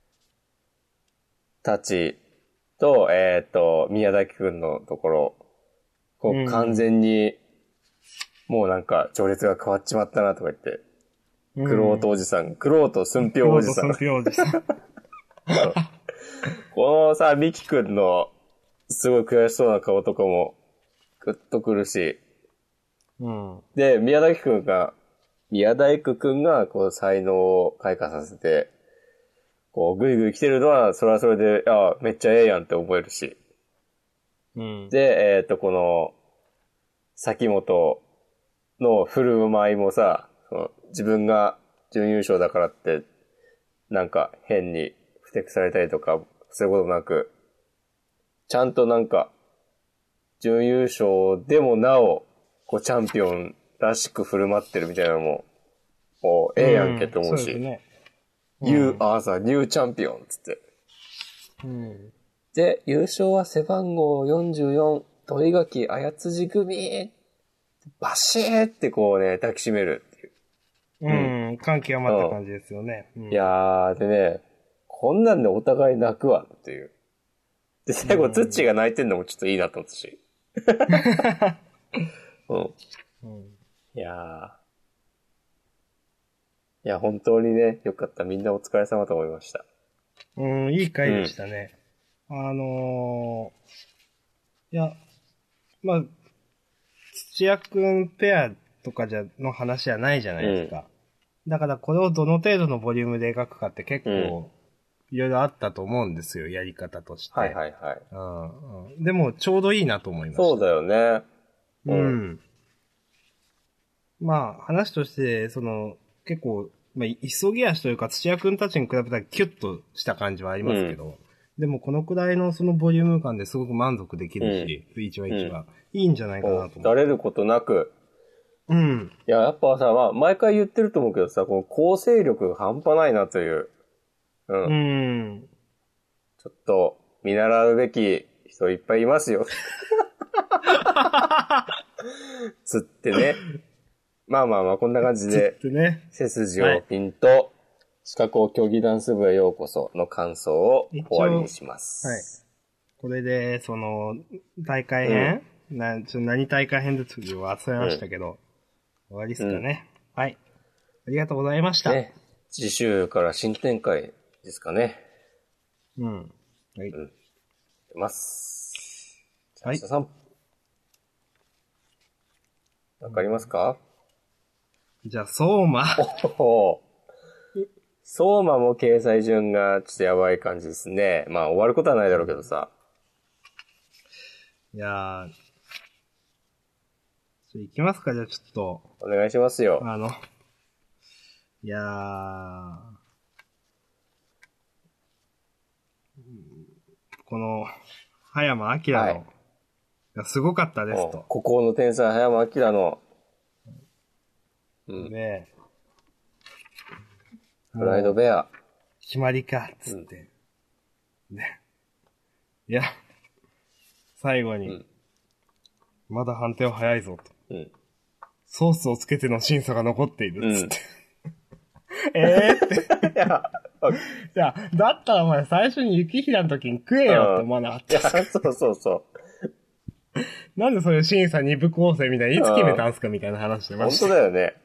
たちと、宮崎くんのところ、こう完全に、もうなんか、序列が変わっちまったなとか言って、クロートおじさん、クロート寸評おじさん。このさ、ミキくんの、すごい悔しそうな顔とかも、グッとくるし、で、宮大工くんが、こう、才能を開花させて、こう、ぐいぐい来てるのは、それはそれで、めっちゃええやんって思えるし。で、この、崎本の振る舞いもさ、自分が準優勝だからって、なんか変にふてくされたりとか、そういうこともなく、ちゃんとなんか、準優勝でもなお、こう、チャンピオンらしく振る舞ってるみたいなのも、ええやんけって思うし、そうですね。You are the new champion つって。で、優勝は背番号44、鳥垣綾辻組、バシーってこうね、抱きしめるっていう。感極まった感じですよね。 いやー、でね、こんなんでお互い泣くわっていう。で、最後、ツッチーが泣いてんのもちょっといいなと思ったし。いや、本当にね、よかった。みんなお疲れ様と思いました。 いい回でしたね。いや、まあ、土屋くんペアとかの話じゃないじゃないですか。だからこれをどの程度のボリュームで描くかって結構、いろいろあったと思うんですよ、やり方として。 はいはいはい。 でも、ちょうどいいなと思いました。 そうだよね。 まあ、話として、結構、まあ、急ぎ足というか、土屋くんたちに比べたらキュッとした感じはありますけど、でもこのくらいのそのボリューム感ですごく満足できるし、一話一話、いいんじゃないかなと思う。 だれることなく。いや、やっぱさ、まあ、毎回言ってると思うけどさ、この構成力が半端ないなという。ちょっと、見習うべき人いっぱいいますよ。つってね。まあ、こんな感じで、背筋をピンと、四角競技ダンス部へようこその感想を終わりにします。 これで、大会編、何大会編で次忘れましたけど、終わりですかね。はい。ありがとうございました。 次週から新展開ですかね。 はい。 出ます。 はい。 さん。わかりますか？ じゃあ、相馬。 相馬も掲載順がちょっとやばい感じですね。まあ、終わることはないだろうけどさ。 いやー。行きますか、じゃあちょっと。 お願いしますよ。 いやー。この、葉山明の、すごかったですと。 孤高の天才葉山明の、 ねえ。 プライドベア。 決まりか、つって。ね。いや、最後に、まだ判定は早いぞと。ソースをつけての審査が残っている、つって。って。いや、だったらお前最初に雪平の時に食えよって思わなかった。 いや、そう。 なんでそういう審査2部構成みたいにいつ決めたんすかみたいな話してました。 本当だよね。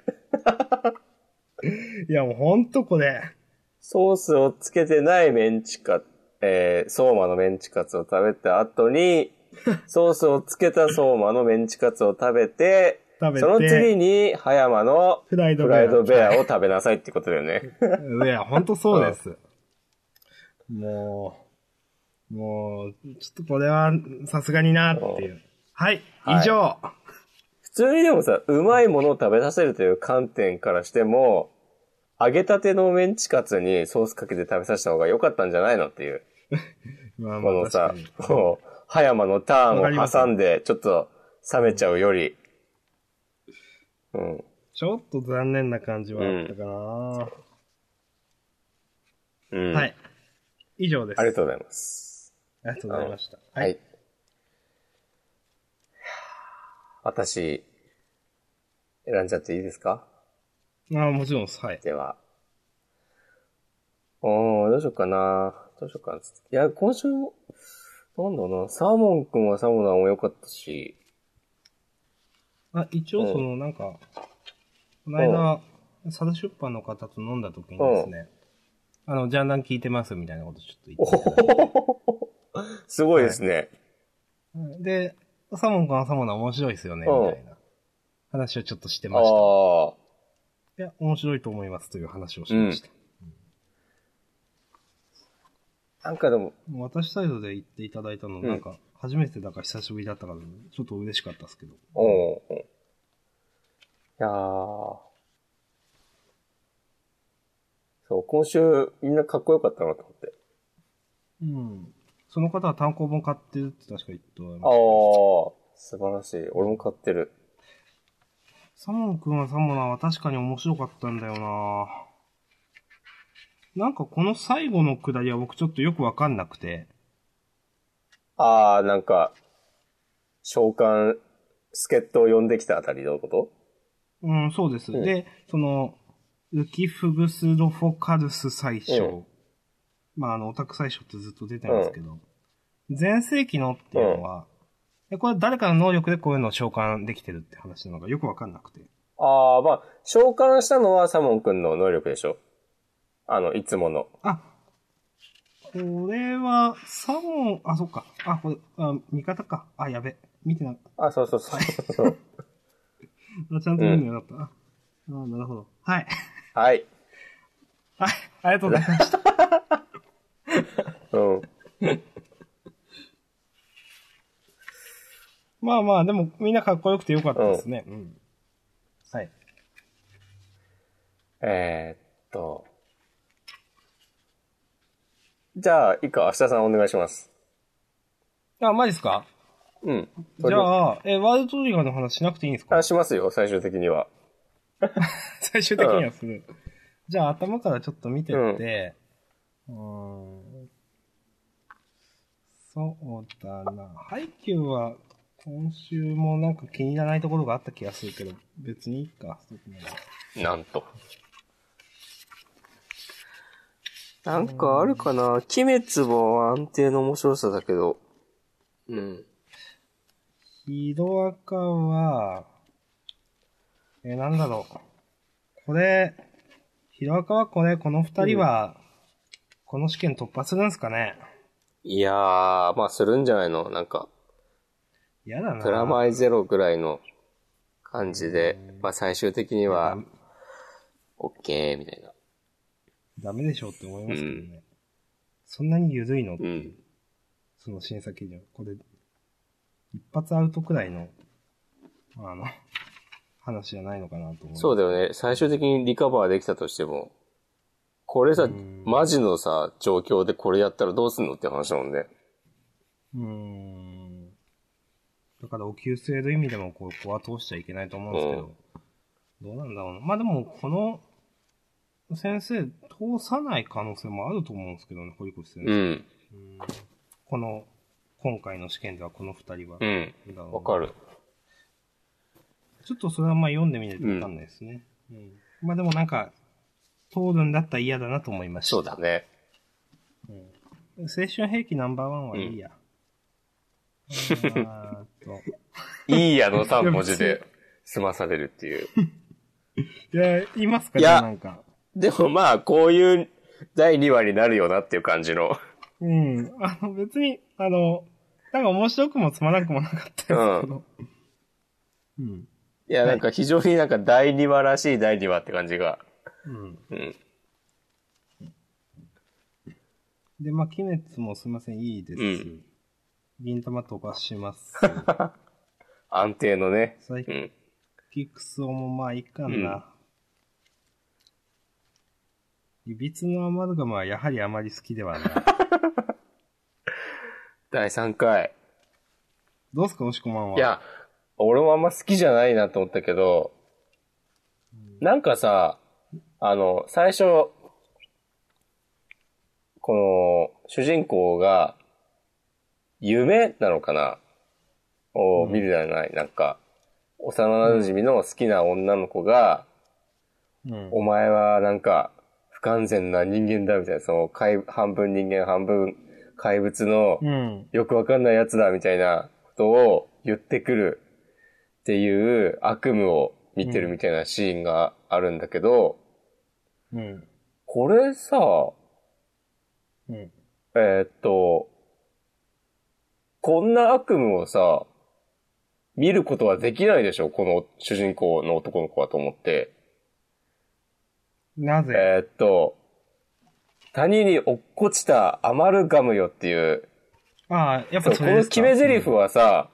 いやもうほんとこれ。 ソースをつけてないメンチカツ、相馬のメンチカツを食べた後に、 ソースをつけた相馬のメンチカツを食べて、その次に葉山のフライドベアを食べなさいってことだよね。 いや、ほんとそうです。もう、ちょっとこれはさすがになっていう。はい、以上、はい。 普通にでもさ、うまいものを食べさせるという観点からしても、揚げたてのメンチカツにソースかけて食べさせた方が良かったんじゃないのっていう。 まあこのさ、葉山のターンを挟んで、ちょっと冷めちゃうより。うん。 ちょっと残念な感じはあったかな、 うん。 はい。以上です。 ありがとうございます。 ありがとうございました。 はい。私、選んじゃっていいですか？ もちろんです。はい。 では。どうしようかな。いや、今週も、なんだろうな。サーモンくんはサモナーも良かったし。 一応なんか、この間、佐田出版の方と飲んだ時にですね、ジャンダン聞いてますみたいなことちょっと言って。 すごいですね。 はい、で、サモンくんはサモナー面白いですよね、みたいな話をちょっとしてました。いや、面白いと思いますという話をしました。 なんかでも、 私サイドで言っていただいたの、なんか、初めてだから久しぶりだったから、ちょっと嬉しかったですけど。 いやー。そう、今週みんなかっこよかったなと思って。 うん。その方は単行本買ってるって確か言ってました。 素晴らしい。俺も買ってる。 サモンくんはサモナーは確かに面白かったんだよな。なんかこの最後のくだりは僕ちょっとよくわかんなくて。 なんか、召喚、助っ人を呼んできたあたりのこと？ そうです。で、ウキフグスロフォカルス宰相。オタク宰相ってずっと出てますけど、前世紀のっていうのは、これ誰かの能力でこういうのを召喚できてるって話なのがよくわかんなくて。 召喚したのはサモン君の能力でしょ？いつもの。 これは、サモン、そっか。これ、味方か。やべ。見てなかった。 そう。 ちゃんと見るようになった。なるほど。はい。 はい。 はい、ありがとうございました。まあ、でも、みんなかっこよくてよかったですね。はい。 じゃあ、いいか、明日さんお願いします。 マジっすか？じゃあ、ワールドトリガーの話しなくていいんですか？ しますよ、最終的には。 最終的にはする。じゃあ、頭からちょっと見てって、そうだな。ハイキューは、今週もなんか気に入らないところがあった気がするけど、別にいいか。 なんと。なんかあるかな？鬼滅も安定の面白さだけど。 ヒロアカは、なんだろう。これ、ヒロアカはこの二人は、この試験突破するんすかね？いやー、するんじゃないの？なんか。 やだな。 プラマイゼロぐらいの感じで、最終的には、オッケーみたいな。 ダメでしょうって思いますけどね。そんなに緩いのっていう。その審査基準。これ、一発アウトくらいの、話じゃないのかなと思う。 そうだよね。最終的にリカバーできたとしても、これさ、マジのさ、状況でこれやったらどうすんのって話だもんね。 だから、お給制の意味でもここは通しちゃいけないと思うんですけど、どうなんだろうな。でも、この、先生、通さない可能性もあると思うんですけどね、堀越先生。今回の試験ではこの二人は。 わかる。 ちょっとそれは読んでみないとわかんないですね。でもなんか、通るんだったら嫌だなと思いました。 そうだね。 青春兵器ナンバーワンはいいや。 いいやの3文字で済まされるっていう。 いや、言いますかね、なんか。 でもこういう第2話になるよなっていう感じの。 別に、 なんか面白くもつまらなくもなかったですけど。 うん。いや、なんか非常になんか第2話らしい第2話って感じが。 うん。で、まあ、鬼滅もすみません、いいですし。銀玉飛ばします。 安定のね。 サイキクソもまあいいかな。いびつのアマルガムはやはりあまり好きではない。 第3回。 どうすか、押し込まんは。 いや、俺もあんま好きじゃないなと思ったけど、なんかさ、最初、この、主人公が、夢なのかなを見るじゃない、なんか、幼馴染の好きな女の子が、お前はなんか、不完全な人間だみたいな、その、半分人間半分怪物の、よくわかんないやつだみたいなことを言ってくるっていう悪夢を見てるみたいなシーンがあるんだけど、これさ、こんな悪夢をさ、見ることはできないでしょ、この主人公の男の子はと思って。 なぜ？ 谷に落っこちたアマルガムよっていう。 ああ、やっぱそれですか？ この決め台詞はさ、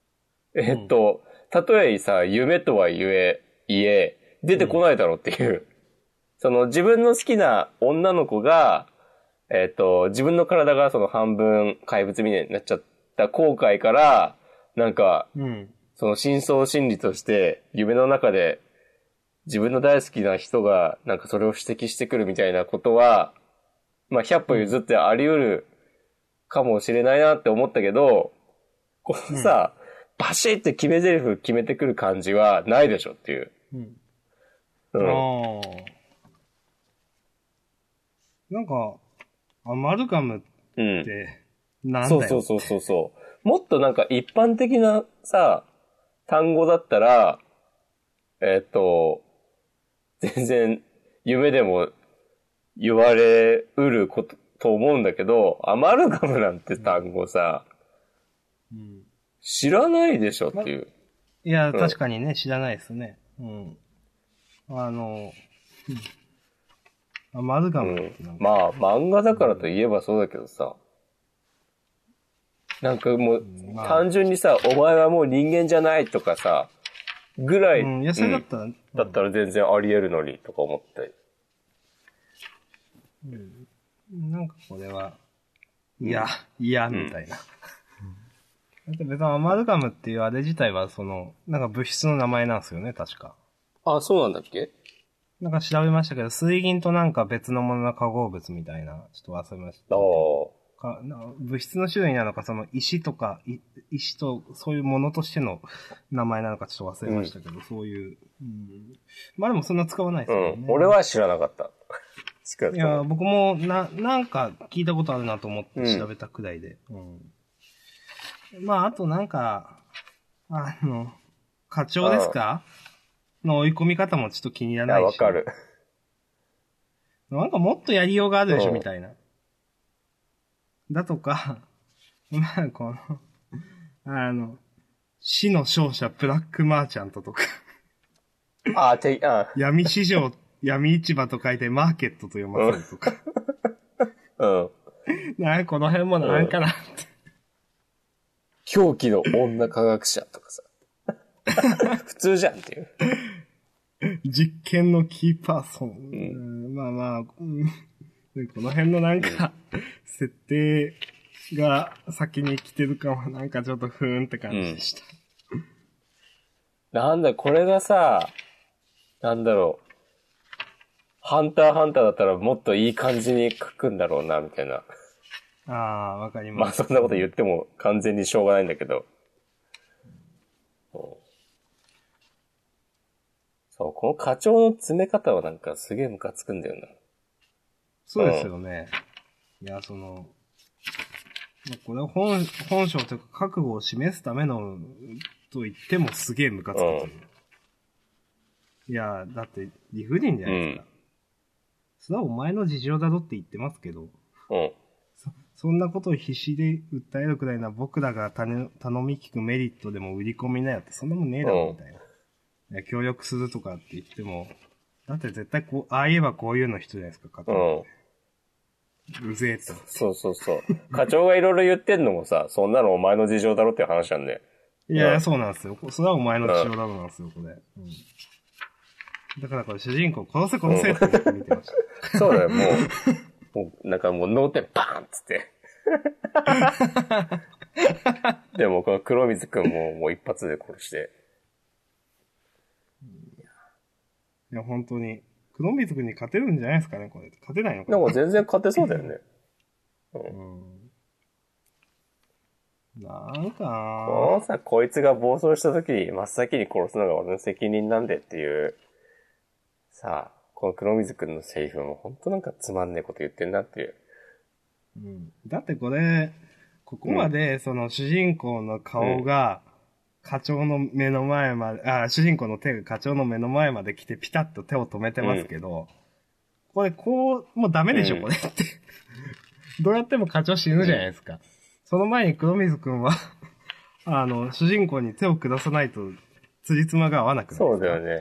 たとえさ、夢とは言え、出てこないだろうっていう。その自分の好きな女の子が、自分の体がその半分怪物みたいになっちゃった後悔から、なんか、その深層心理として夢の中で自分の大好きな人がなんかそれを指摘してくるみたいなことは、まあ100歩譲ってあり得るかもしれないなって思ったけど、このさ、バシッって決め台詞決めてくる感じはないでしょっていう。 なんか、アマルガムってなんだよ、 そう。もっとなんか一般的なさ、単語だったら、全然夢でも言われうることと思うんだけど、アマルガムなんて単語さ、知らないでしょっていう。 いや、確かにね、知らないですね。アマルガムってまあ、漫画だからといえばそうだけどさ、なんかもう、単純にさ、お前はもう人間じゃないとかさ、ぐらい、 いや、それだったら、 だったら全然あり得るのに、とか思って。 なんかこれは、いや、みたいな。だって別にアマルガムっていうあれ自体は、その、なんか物質の名前なんですよね、確か。 あ、そうなんだっけ？ なんか調べましたけど、水銀となんか別のものの化合物みたいな、ちょっと忘れました。物質の種類なのか、その石とか、石とそういうものとしての名前なのかちょっと忘れましたけど、そういう、まあでもそんな使わないですよね。 俺は知らなかった。 いや、僕もなんか聞いたことあるなと思って調べたくらいで。まああとなんか、課長ですか？の追い込み方もちょっと気にならないし。 わかる。 なんかもっとやりようがあるでしょ、みたいな。だとか、まあ、この、死の勝者ブラックマーチャントとか。闇市場、闇市場と書いてマーケットと読ませるとか。なんかこの辺もなんかなって。 狂気の女科学者とかさ。普通じゃんっていう。 実験のキーパーソン。まあ、この辺のなんか、設定が先に来てるかはなんかちょっとふーんって感じでした。 なんだ、これがさ、なんだろう。ハンターハンターだったらもっといい感じに書くんだろうな、みたいな。 わかります。 まあそんなこと言っても完全にしょうがないんだけど。そう、この課長の詰め方はなんかすげえムカつくんだよな。 そうですよね。いや、これは本性というか覚悟を示すためのと言ってもすげえムカつくという。いや、だって理不尽じゃないですか。それはお前の事情だろって言ってますけど。 そんなことを必死で訴えるくらいな僕らが頼み聞くメリットでも売り込みなよって、そんなもんねえだろ、みたいな。いや、協力するとかって言っても、だって絶対こう、ああ言えばこういうの人じゃないですか、課長。うぜえと。 そうそうそう。課長がいろいろ言ってんのもさ、そんなのお前の事情だろって話なんで。 いや、そうなんですよ。それはお前の事情だろなんですよ、これ。だからこれ主人公殺せ殺せって見てました。 そうだよ、もうなんかもう脳天バーンっつって。でもこの黒水くんもう一発で殺して。 いや、本当に。黒水くんに勝てるんじゃないですかね、これ。勝てないのかな。 なんか全然勝てそうだよね。 なんかなさ、こいつが暴走した時に真っ先に殺すのが俺の責任なんでっていう、さあ、この黒水くんのセリフもほんとなんかつまんねえこと言ってんなっていう。 だってこれ、ここまでその主人公の顔が、課長の目の前まで、主人公の手が課長の目の前まで来てピタッと手を止めてますけど、これこう、もうダメでしょ、これって。どうやっても課長死ぬじゃないですか。その前に黒水くんは、主人公に手を下さないと、辻褄が合わなくなる。 そうだよね。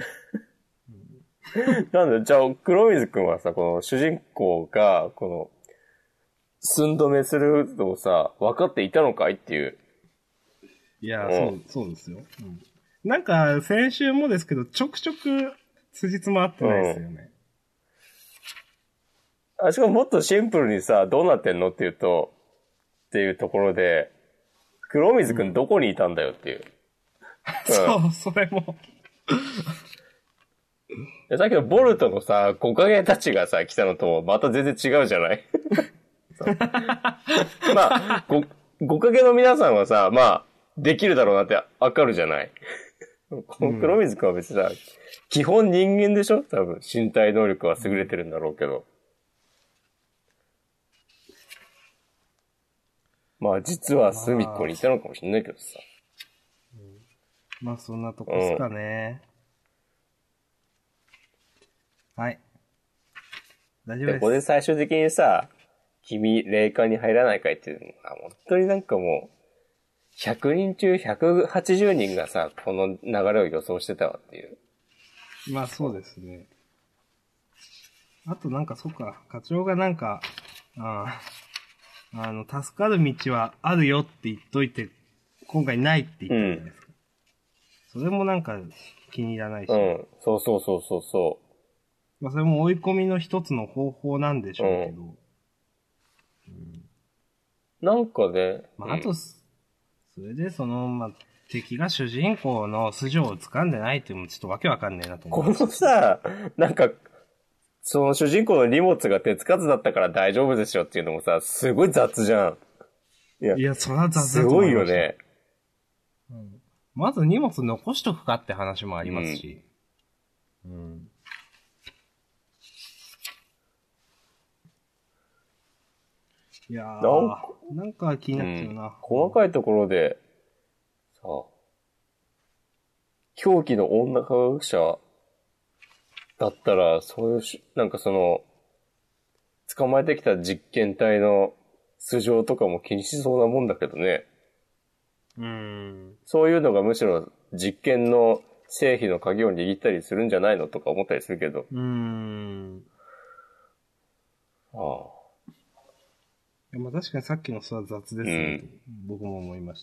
なんで、じゃあ、黒水くんはさ、この主人公が、この、寸止めするのをさ、分かっていたのかいっていう。 いや、そうですよ。なんか、先週もですけど、ちょくちょく、辻褄合ってないですよね。 しかももっとシンプルにさ、どうなってんのっていうと、っていうところで、黒水くんどこにいたんだよっていう。 そう、それも。 さっきのボルトのさ、木陰たちがさ、来たのとまた全然違うじゃないまあ、木陰の皆さんはさ、まあ、できるだろうなってわかるじゃない。この黒水くんは別にさ、基本人間でしょ多分、身体能力は優れてるんだろうけど。まあ、実は隅っこにいたのかもしれないけどさ。 まあ、そんなとこっすかね。はい。大丈夫です。 ここで最終的にさ、君、霊感に入らないかいっていうのが、本当になんかもう、100人中180人がさ、この流れを予想してたわっていう。 まあそうですね。あとなんかそっか、課長がなんか、助かる道はあるよって言っといて、今回ないって言ったじゃないですか。それもなんか気に入らないし。 そう。 まあそれも追い込みの一つの方法なんでしょうけど。 なんかね。 まああと、それでまあ、敵が主人公の素性を掴んでないっていうのもちょっとわけわかんねえなと思う。 このさ、なんか、その主人公の荷物が手つかずだったから大丈夫ですよっていうのもさ、すごい雑じゃん。 いや、そら雑だすごいよね。 まず荷物残しとくかって話もありますし。いやー、なんか気になっちゃうな。 細かいところで、さ、狂気の女科学者だったら、そういうなんか捕まえてきた実験体の素性とかも気にしそうなもんだけどね。そういうのがむしろ実験の成否の鍵を握ったりするんじゃないのとか思ったりするけど。 まあ確かにさっきのそれは雑ですね、僕も思いました。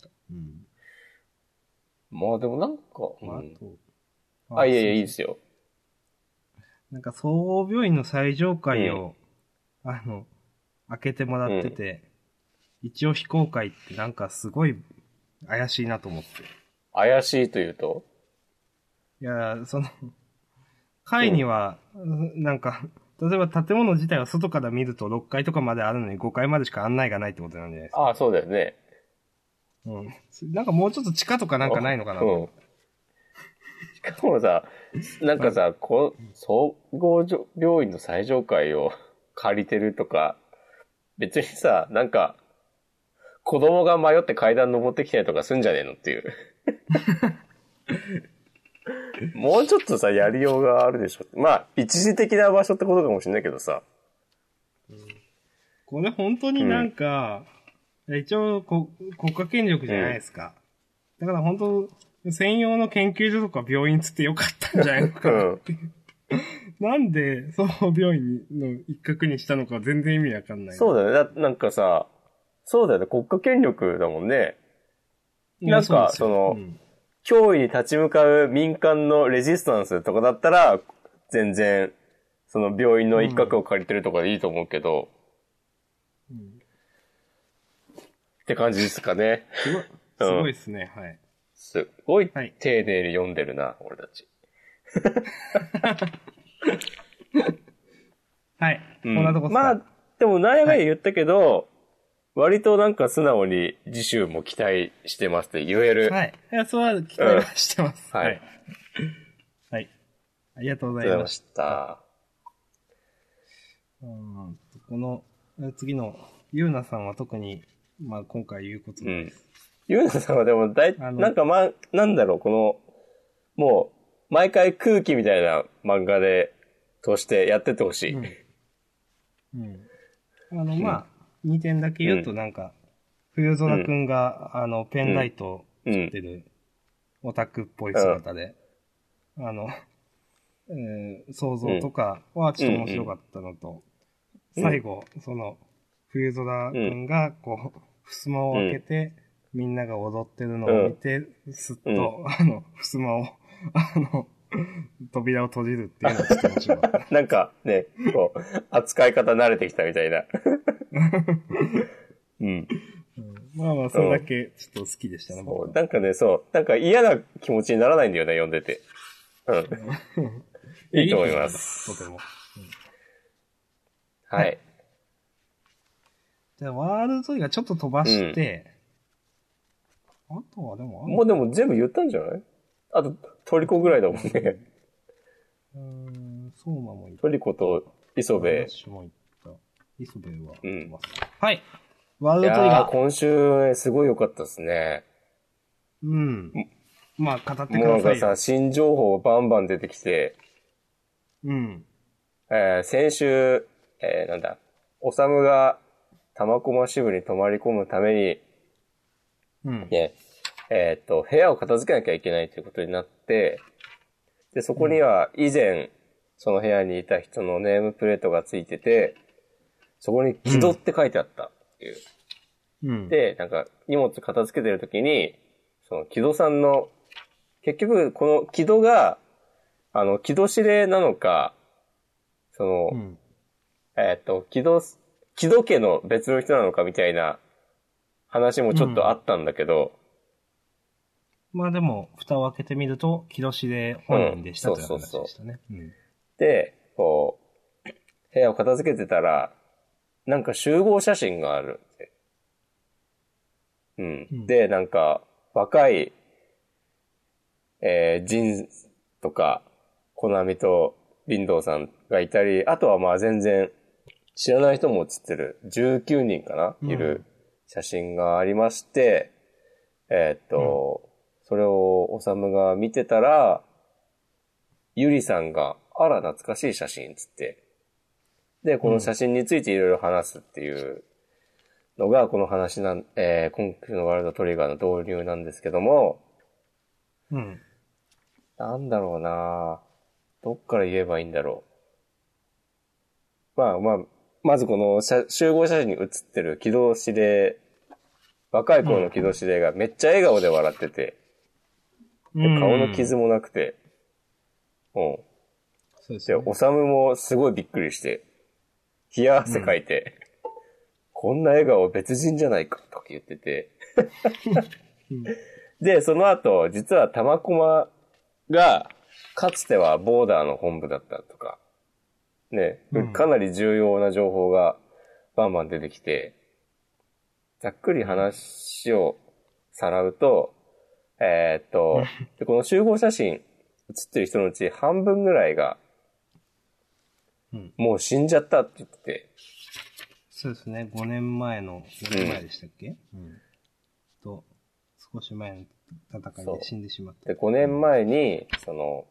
まあでもなんか、いやいいですよ。 なんか総合病院の最上階を、開けてもらってて、一応非公開ってなんかすごい怪しいなと思って。 怪しいというと？ いや、階には、なんか、例えば建物自体は外から見ると6階とかまであるのに5階までしか案内がないってことなんじゃないですか。 そうだよね。 なんかもうちょっと地下とかなんかないのかなと。 しかもさ、なんかさ、総合病院の最上階を借りてるとか、別にさ、なんか、子供が迷って階段登ってきたりとかすんじゃねえのっていう。もうちょっとさ、やりようがあるでしょ。まあ、一時的な場所ってことかもしれないけどさ。 これ本当になんか、一応国家権力じゃないですか。だから本当、専用の研究所とか病院つってよかったんじゃないのかなっていう。なんで、総合病院の一角にしたのか全然意味わかんない。 そうだよね。なんかさ、そうだよね。国家権力だもんね。なんか、脅威に立ち向かう民間のレジスタンスとかだったら、全然、その病院の一角を借りてるとかでいいと思うけど、って感じですかね。 すごいですね、はい。 すごい丁寧に読んでるな、俺たち。 はい。こんなとこっすか。 まあ、でもなんやかんや言ったけど、割となんか素直に次週も期待してますって言える。 はい。いや、それは期待はしてます。はい。はい。ありがとうございました。この、次の、ゆうなさんは特に、まあ今回言うことです。 ゆうなさんはでもなんかなんだろう、この、もう、毎回空気みたいな漫画としてやってってほしい。 まあ、2点だけ言うとなんか、冬空くんが、ペンライトを切ってるオタクっぽい姿で、想像とかはちょっと面白かったのと、最後、冬空くんが、こう、襖を開けて、みんなが踊ってるのを見て、すっと、襖を、扉を閉じるっていうのがちょっと面白かった。 なんかね、こう、扱い方慣れてきたみたいな。 まあまあ、それだけちょっと好きでしたね、僕は。 なんかね、なんか嫌な気持ちにならないんだよね、読んでて。いいと思います。 とても。 はい。 じゃあ、ワールドトリガーちょっと飛ばして、あとはでももうでも全部言ったんじゃない？あと、トリコぐらいだもんね。 そうまも言った。 トリコと磯部。 私も言った。磯部は飛ばす。はい。ワールドトリガー。 いやー、今週すごい良かったですね。 まあ、語ってください。 もうなんかさ、新情報バンバン出てきて。先週、なんだ、おさむが玉駒支部に泊まり込むために、ね、部屋を片付けなきゃいけないということになって、で、そこには以前、その部屋にいた人のネームプレートがついてて、そこに木戸って書いてあったっていう。で、なんか荷物片付けてるときに、その木戸さんの、結局この木戸が、木戸司令なのか、木戸家の別の人なのかみたいな話もちょっとあったんだけど、 まあでも、蓋を開けてみると、木戸司令本人でしたという話でしたね。 で、こう、部屋を片付けてたら、なんか集合写真があるって。で、なんか、若い、ジンとか、コナミとリンドウさんがいたり、あとはまあ全然知らない人も写ってる19人かな、いる写真がありまして、それをおさむが見てたら、ゆりさんが、あら懐かしい写真つって、で、この写真についていろいろ話すっていうのが、この話今週のワールドトリガーの導入なんですけども、なんだろうなどっから言えばいいんだろう。まずこの集合写真に写ってる木戸司令、若い頃の木戸司令がめっちゃ笑顔で笑ってて、で顔の傷もなくて、で、おさむもすごいびっくりして、冷や汗かいて、こんな笑顔別人じゃないかとか言ってて。で、その後、実は玉駒が、かつてはボーダーの本部だったとか、ね、かなり重要な情報がバンバン出てきて、ざっくり話をさらうと、でこの集合写真写ってる人のうち半分ぐらいが、もう死んじゃったって言ってて。 そうですね。5年前でしたっけ？少し前の戦いで死んでしまった。 で、5年前に、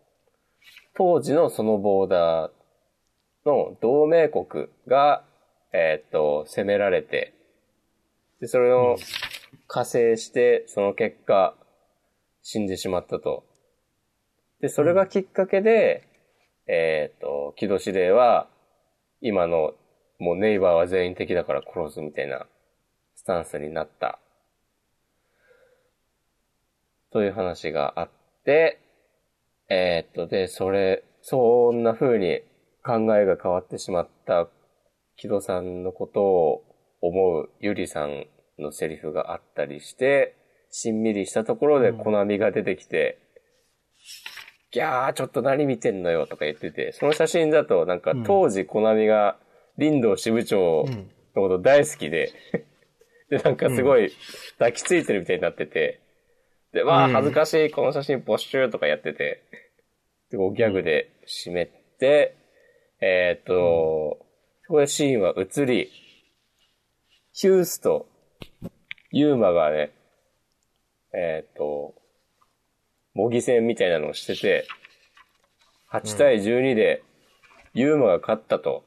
当時のそのボーダーの同盟国が、 責められて、で、それを加勢して、その結果、死んでしまったと。で、それがきっかけで、木戸司令は、今の、もうネイバーは全員敵だから殺すみたいなスタンスになった。という話があって、で、そんな風に考えが変わってしまった木戸さんのことを思うゆりさんのセリフがあったりして、しんみりしたところでコナミが出てきて、ギャーちょっと何見てんのよとか言ってて、その写真だとなんか当時コナミが林道支部長のこと大好きで、でなんかすごい抱きついてるみたいになってて、で、わあ恥ずかしいこの写真没収とかやってて、でこうギャグで締めて、そこでシーンは移り、ヒュースとユーマがね、模擬戦みたいなのをしてて、8対12でユーマが勝ったと。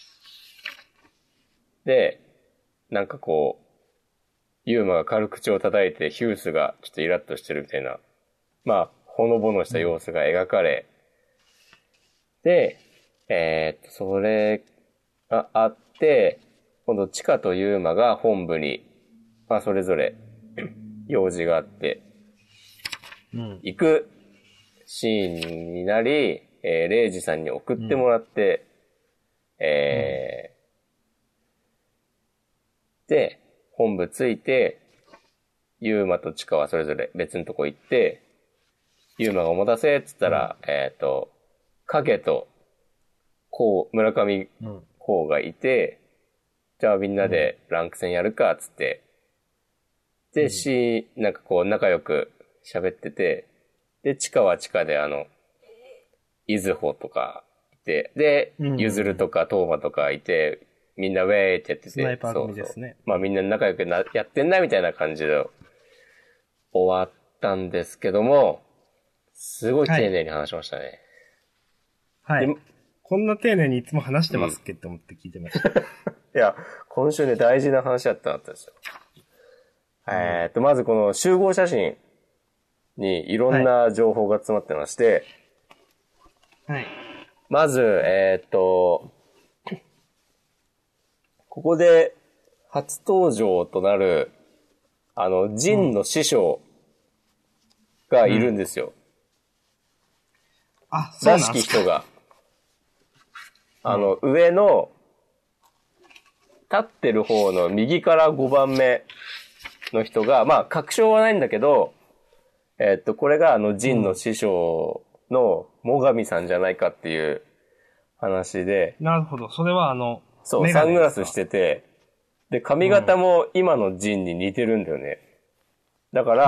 で、なんかこう、ユーマが軽口を叩いてヒュースがちょっとイラッとしてるみたいな、まあ、ほのぼのした様子が描かれ、で、それがあって、今度チカとユーマが本部に、まあそれぞれ用事があって、行くシーンになり、レイジさんに送ってもらって、で、本部着いて、ユーマとチカはそれぞれ別のとこ行って、ユーマがお待たせっつったら、影と、村上こうがいて、じゃあみんなでランク戦やるかっつって、で、なんかこう仲良く喋ってて、で、チカはチカでイズホとかいて、で、ユズルとかトーマとかいて、みんなウェーイってやってて、 スナイパー組ですね。 そうまあみんな仲良くやってんなみたいな感じで終わったんですけども、すごい丁寧に話しましたね。 はい。こんな丁寧にいつも話してますっけって思って聞いてました。 いや、今週ね、大事な話だったんですよ。まずこの集合写真にいろんな情報が詰まってまして、 はい。 まず、ここで初登場となる、ジンの師匠がいるんですよ。 あ、そうなんらしき人が。上の、立ってる方の右から5番目の人が、まあ、確証はないんだけど、これがジンの師匠の最上さんじゃないかっていう話で。 なるほど。それはそう、サングラスしてて、で、髪型も今のジンに似てるんだよね。だから、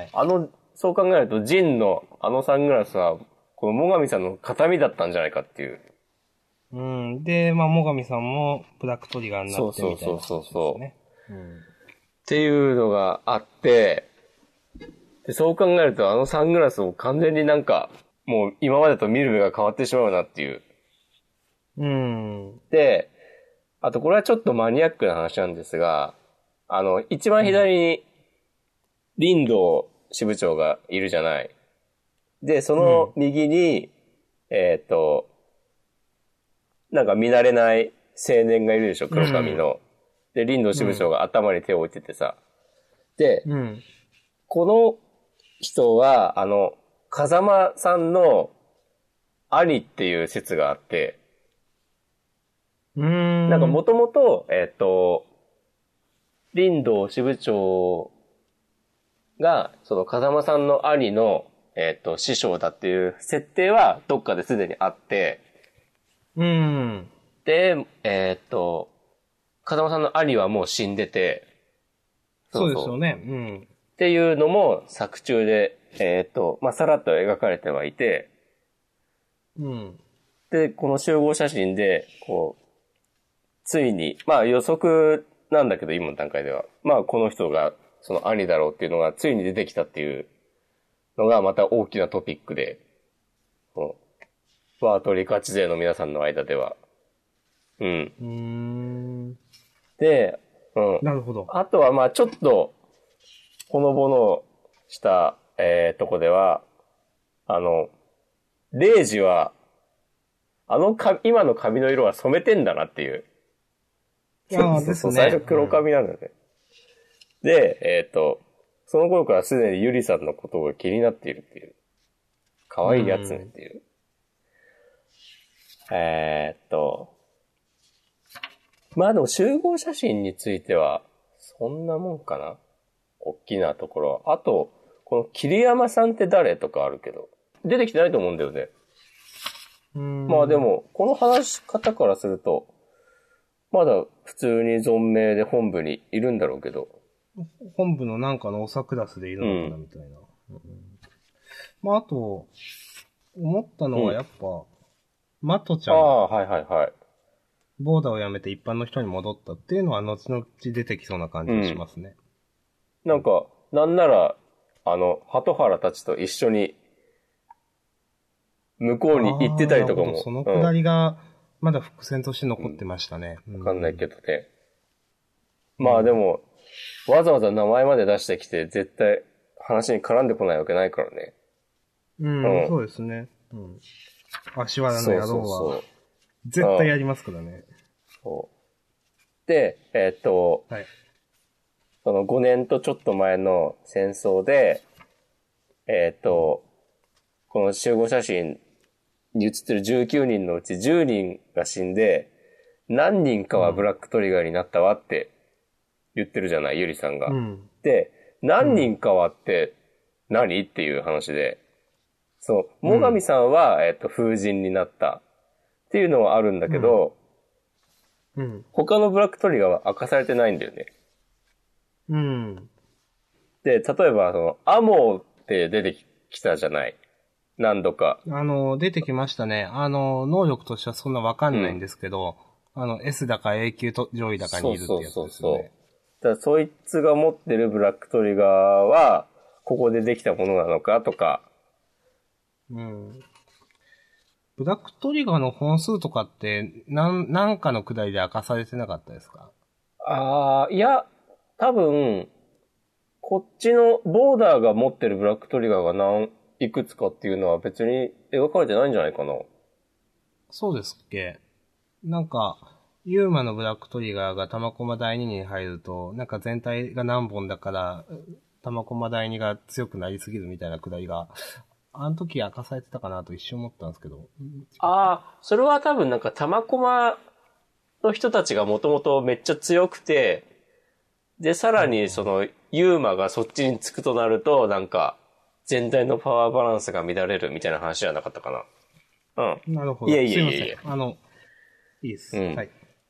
そう考えるとジンのサングラスは、この最上さんの形見だったんじゃないかっていう。 で、まあ、最上さんもブラックトリガーになってみたいな、ね。 そう。っていうのがあって、でそう考えるとサングラスを完全になんか、もう今までと見る目が変わってしまうなっていう。で、あとこれはちょっとマニアックな話なんですが、一番左に林道支部長がいるじゃない。で、その右に、なんか見慣れない青年がいるでしょ、黒髪の。で、林道支部長が頭に手を置いててさ。で、この人は、風間さんの兄っていう説があって、なんかもともと、林道支部長が、その風間さんの兄の、師匠だっていう設定はどっかですでにあって、で、風間さんの兄はもう死んでて、 そうですよね。 っていうのも作中で、まあ、さらっと描かれてはいて、で、この集合写真で、こう、ついに、まあ予測なんだけど今の段階では、まあこの人がその兄だろうっていうのがついに出てきたっていうのがまた大きなトピックで、ワートリガチ勢の皆さんの間では。 うん。で、 なるほど。 あとはまあちょっと、ほのぼのした、とこでは、レイジは、今の髪の色は染めてんだなっていう。 ですね。 最初黒髪なんだよね。で、その頃からすでにゆりさんのことが気になっているっていう。可愛いやつねっていう。まあでも集合写真については、そんなもんかな。大きなところは。あと、この桐山さんって誰とかあるけど、出てきてないと思うんだよね。まあでも、この話し方からすると、まだ普通に存命で本部にいるんだろうけど。 本部のなんかのおさクラスでいるのかなみたいな。まああと、思ったのはやっぱ、マトちゃん。 はいはいはい。 ボーダーを辞めて一般の人に戻ったっていうのは後々出てきそうな感じがしますね。 なんか、なんなら、鳩原たちと一緒に、向こうに行ってたりとかも。 そのくだりが、まだ伏線として残ってましたね。 わかんないけどね。まあでも、わざわざ名前まで出してきて、絶対話に絡んでこないわけないからね。 そうですね。足原の野郎は、絶対やりますからね。 そう。で、はい、その5年とちょっと前の戦争で、この集合写真に写ってる19人のうち10人が死んで、何人かはブラックトリガーになったわって言ってるじゃない、ゆりさんが。で、何人かはって何っていう話で、そう、最上さんは、風神になったっていうのはあるんだけど、他のブラックトリガーは明かされてないんだよね。で、例えば、アモーって出てきたじゃない。何度か。 出てきましたね。能力としてはそんなわかんないんですけど、S だか A 級と上位だかにいるってやつですよね。そう。 だからそいつが持ってるブラックトリガーは、ここでできたものなのかとか。 ブラックトリガーの本数とかって、なんかのくだりで明かされてなかったですか？ いや、多分、こっちのボーダーが持ってるブラックトリガーがいくつかっていうのは別に描かれてないんじゃないかな。 そうですっけ？なんか、ユーマのブラックトリガーが玉駒第2に入ると、なんか全体が何本だから、玉駒第2が強くなりすぎるみたいなくだりが、あの時明かされてたかなと一瞬思ったんですけど。 それは多分なんか玉駒の人たちがもともとめっちゃ強くて、で、さらにその、ユーマがそっちにつくとなると、なんか、全体のパワーバランスが乱れるみたいな話じゃなかったかな。 なるほど。 いえ。 すいません。いいです。はい。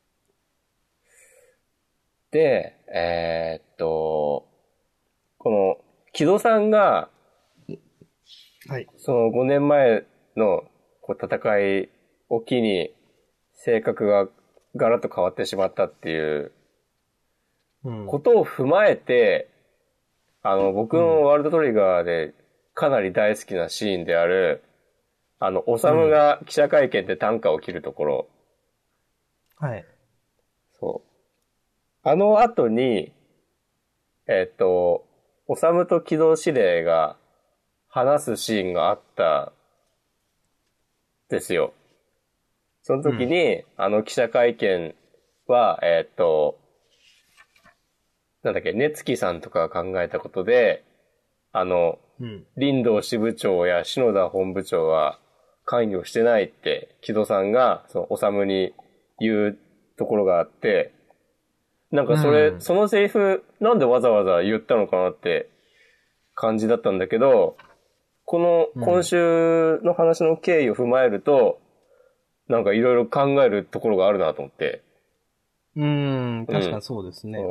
で、この、木戸さんが、 はい。 その5年前の戦いを機に、性格がガラッと変わってしまったっていうことを踏まえて、僕のワールドトリガーでかなり大好きなシーンである、おさむが記者会見で短歌を切るところ。 はい。 そう。あの後に、おさむと機動司令が話すシーンがあったですよ。その時に、記者会見は、なんだっけ、根月さんとかが考えたことで、林道支部長や篠田本部長は関与してないって、木戸さんが、おさむに言うところがあって、なんかそのセリフ、なんでわざわざ言ったのかなって感じだったんだけど、この今週の話の経緯を踏まえると、なんかいろいろ考えるところがあるなと思って。 確かにそうですね。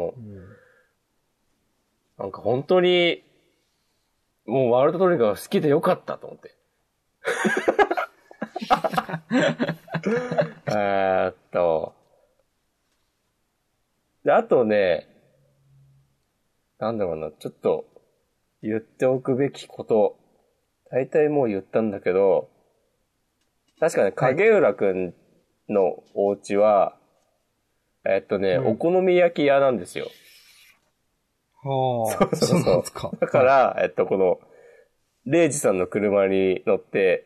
なんか本当に、もうワールドトリガー好きでよかったと思って。で、あとね、なんだろうな、ちょっと言っておくべきこと、大体もう言ったんだけど、確かね、影浦くんのお家は、 お好み焼き屋なんですよ。 はあ。 そうなんですか。だから、この、レイジさんの車に乗って、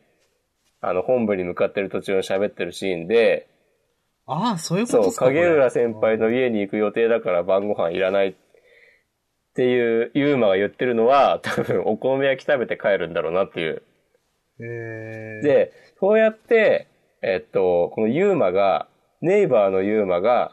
本部に向かってる途中の喋ってるシーンで、 ああ、そういうことですか。 影浦先輩の家に行く予定だから晩ご飯いらないっていう、ユーマが言ってるのは、多分お好み焼き食べて帰るんだろうなっていう。で、そうやって、このユーマが、ネイバーのユーマが、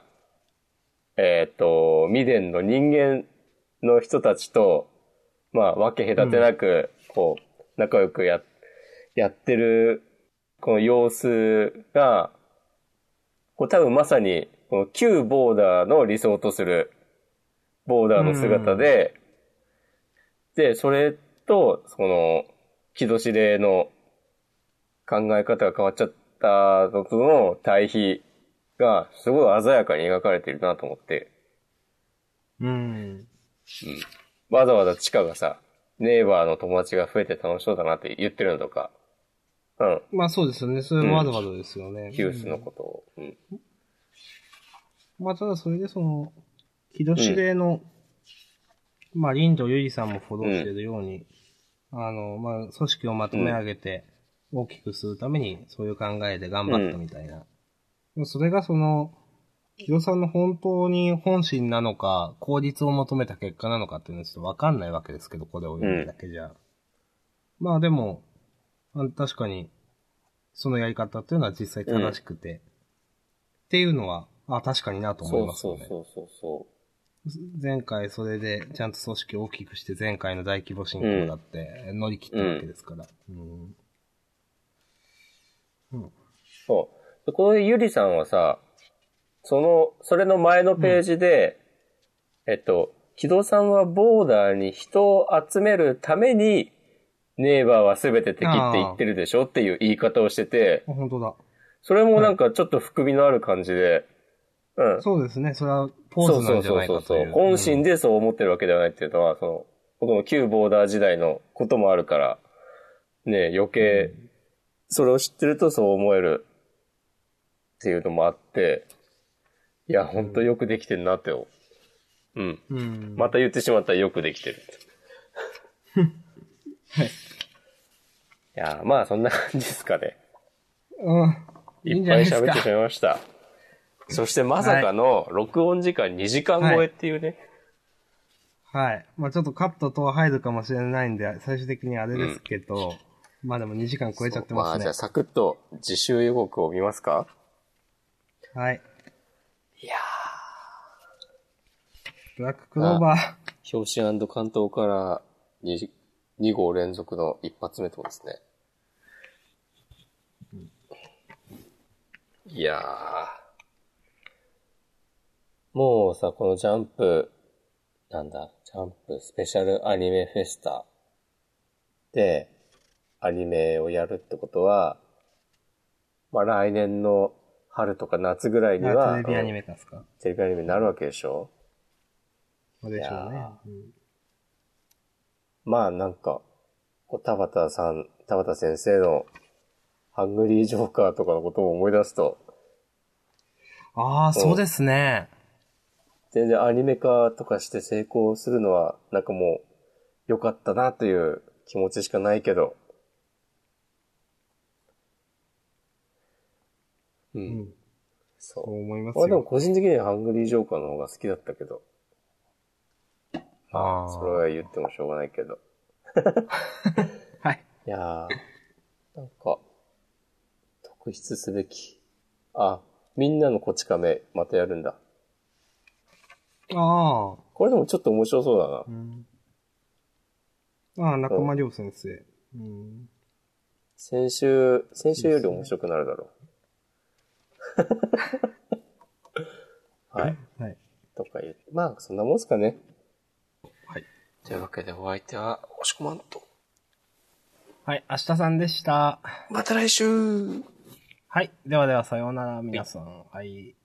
ミデンの人間の人たちと、まあ、分け隔てなく、こう、仲良くやってる、この様子が、こう多分まさに、この旧ボーダーの理想とする、ボーダーの姿で、で、それと、その、木戸司令の考え方が変わっちゃったのとの対比が、すごい鮮やかに描かれているなと思って。わざわざチカがさ、ネイバーの友達が増えて楽しそうだなって言ってるのとか。 まあそうですよね。それもわざわざですよね。 ヒュースのことを。 まあただそれでその、木戸司令の、まあ林道ゆりさんもフォローしているように、まあ組織をまとめ上げて大きくするためにそういう考えで頑張ったみたいな。それがその、木戸さんの本当に本心なのか、効率を求めた結果なのかっていうのはちょっとわかんないわけですけど、これを読むだけじゃ。まあでも、確かに、そのやり方っていうのは実際正しくて、っていうのは、確かになと思いますよね。 そう。 前回それでちゃんと組織を大きくして前回の大規模侵攻だって乗り切ったわけですから。 そう。このゆりさんはさ、それの前のページで、木戸さんはボーダーに人を集めるために、ネイバーは全て敵って言ってるでしょっていう言い方をしてて、 本当だ。 それもなんかちょっと含みのある感じで、 そうですね。それはポーズなんじゃないかという。 本心でそう思ってるわけではないっていうのは、この旧ボーダー時代のこともあるから、ね、余計、それを知ってるとそう思えるっていうのもあって、いや、ほんとよくできてんなって。また言ってしまったらよくできてる。はい。いや、まあそんな感じですかね。いっぱい喋ってしまいました。そしてまさかの録音時間2時間超えっていうね。 はい。まあちょっとカット等入るかもしれないんで、最終的にあれですけど、まあでも2時間超えちゃってますね。 じゃあサクッと自習予告を見ますか？ はい。 いやブラッククローバー。表紙&関東から2号連続の一発目ってことですね。いやー。もうさ、このジャンプスペシャルアニメフェスタでアニメをやるってことは、まあ来年の春とか夏ぐらいには、 テレビアニメですか？ テレビアニメになるわけでしょ？ でしょうね。 まあなんか、田畑先生のハングリージョーカーとかのことを思い出すと。 そうですね。 全然アニメ化とかして成功するのは、なんかもう、良かったなという気持ちしかないけど。 そう思いますよ。 まあでも個人的にはハングリージョーカーの方が好きだったけど。それは言ってもしょうがないけど。 はい。 いやー、なんか、特筆すべき。みんなのこち亀、またやるんだ。これでもちょっと面白そうだな。中間亮先生。 先週より面白くなるだろう。はい。 はい。 とか言う。まあ、そんなもんですかね。 はい。 というわけでお相手は、押し込まんと。 はい、明日さんでした。 また来週。 はい。ではでは、さようなら、皆さん。はい。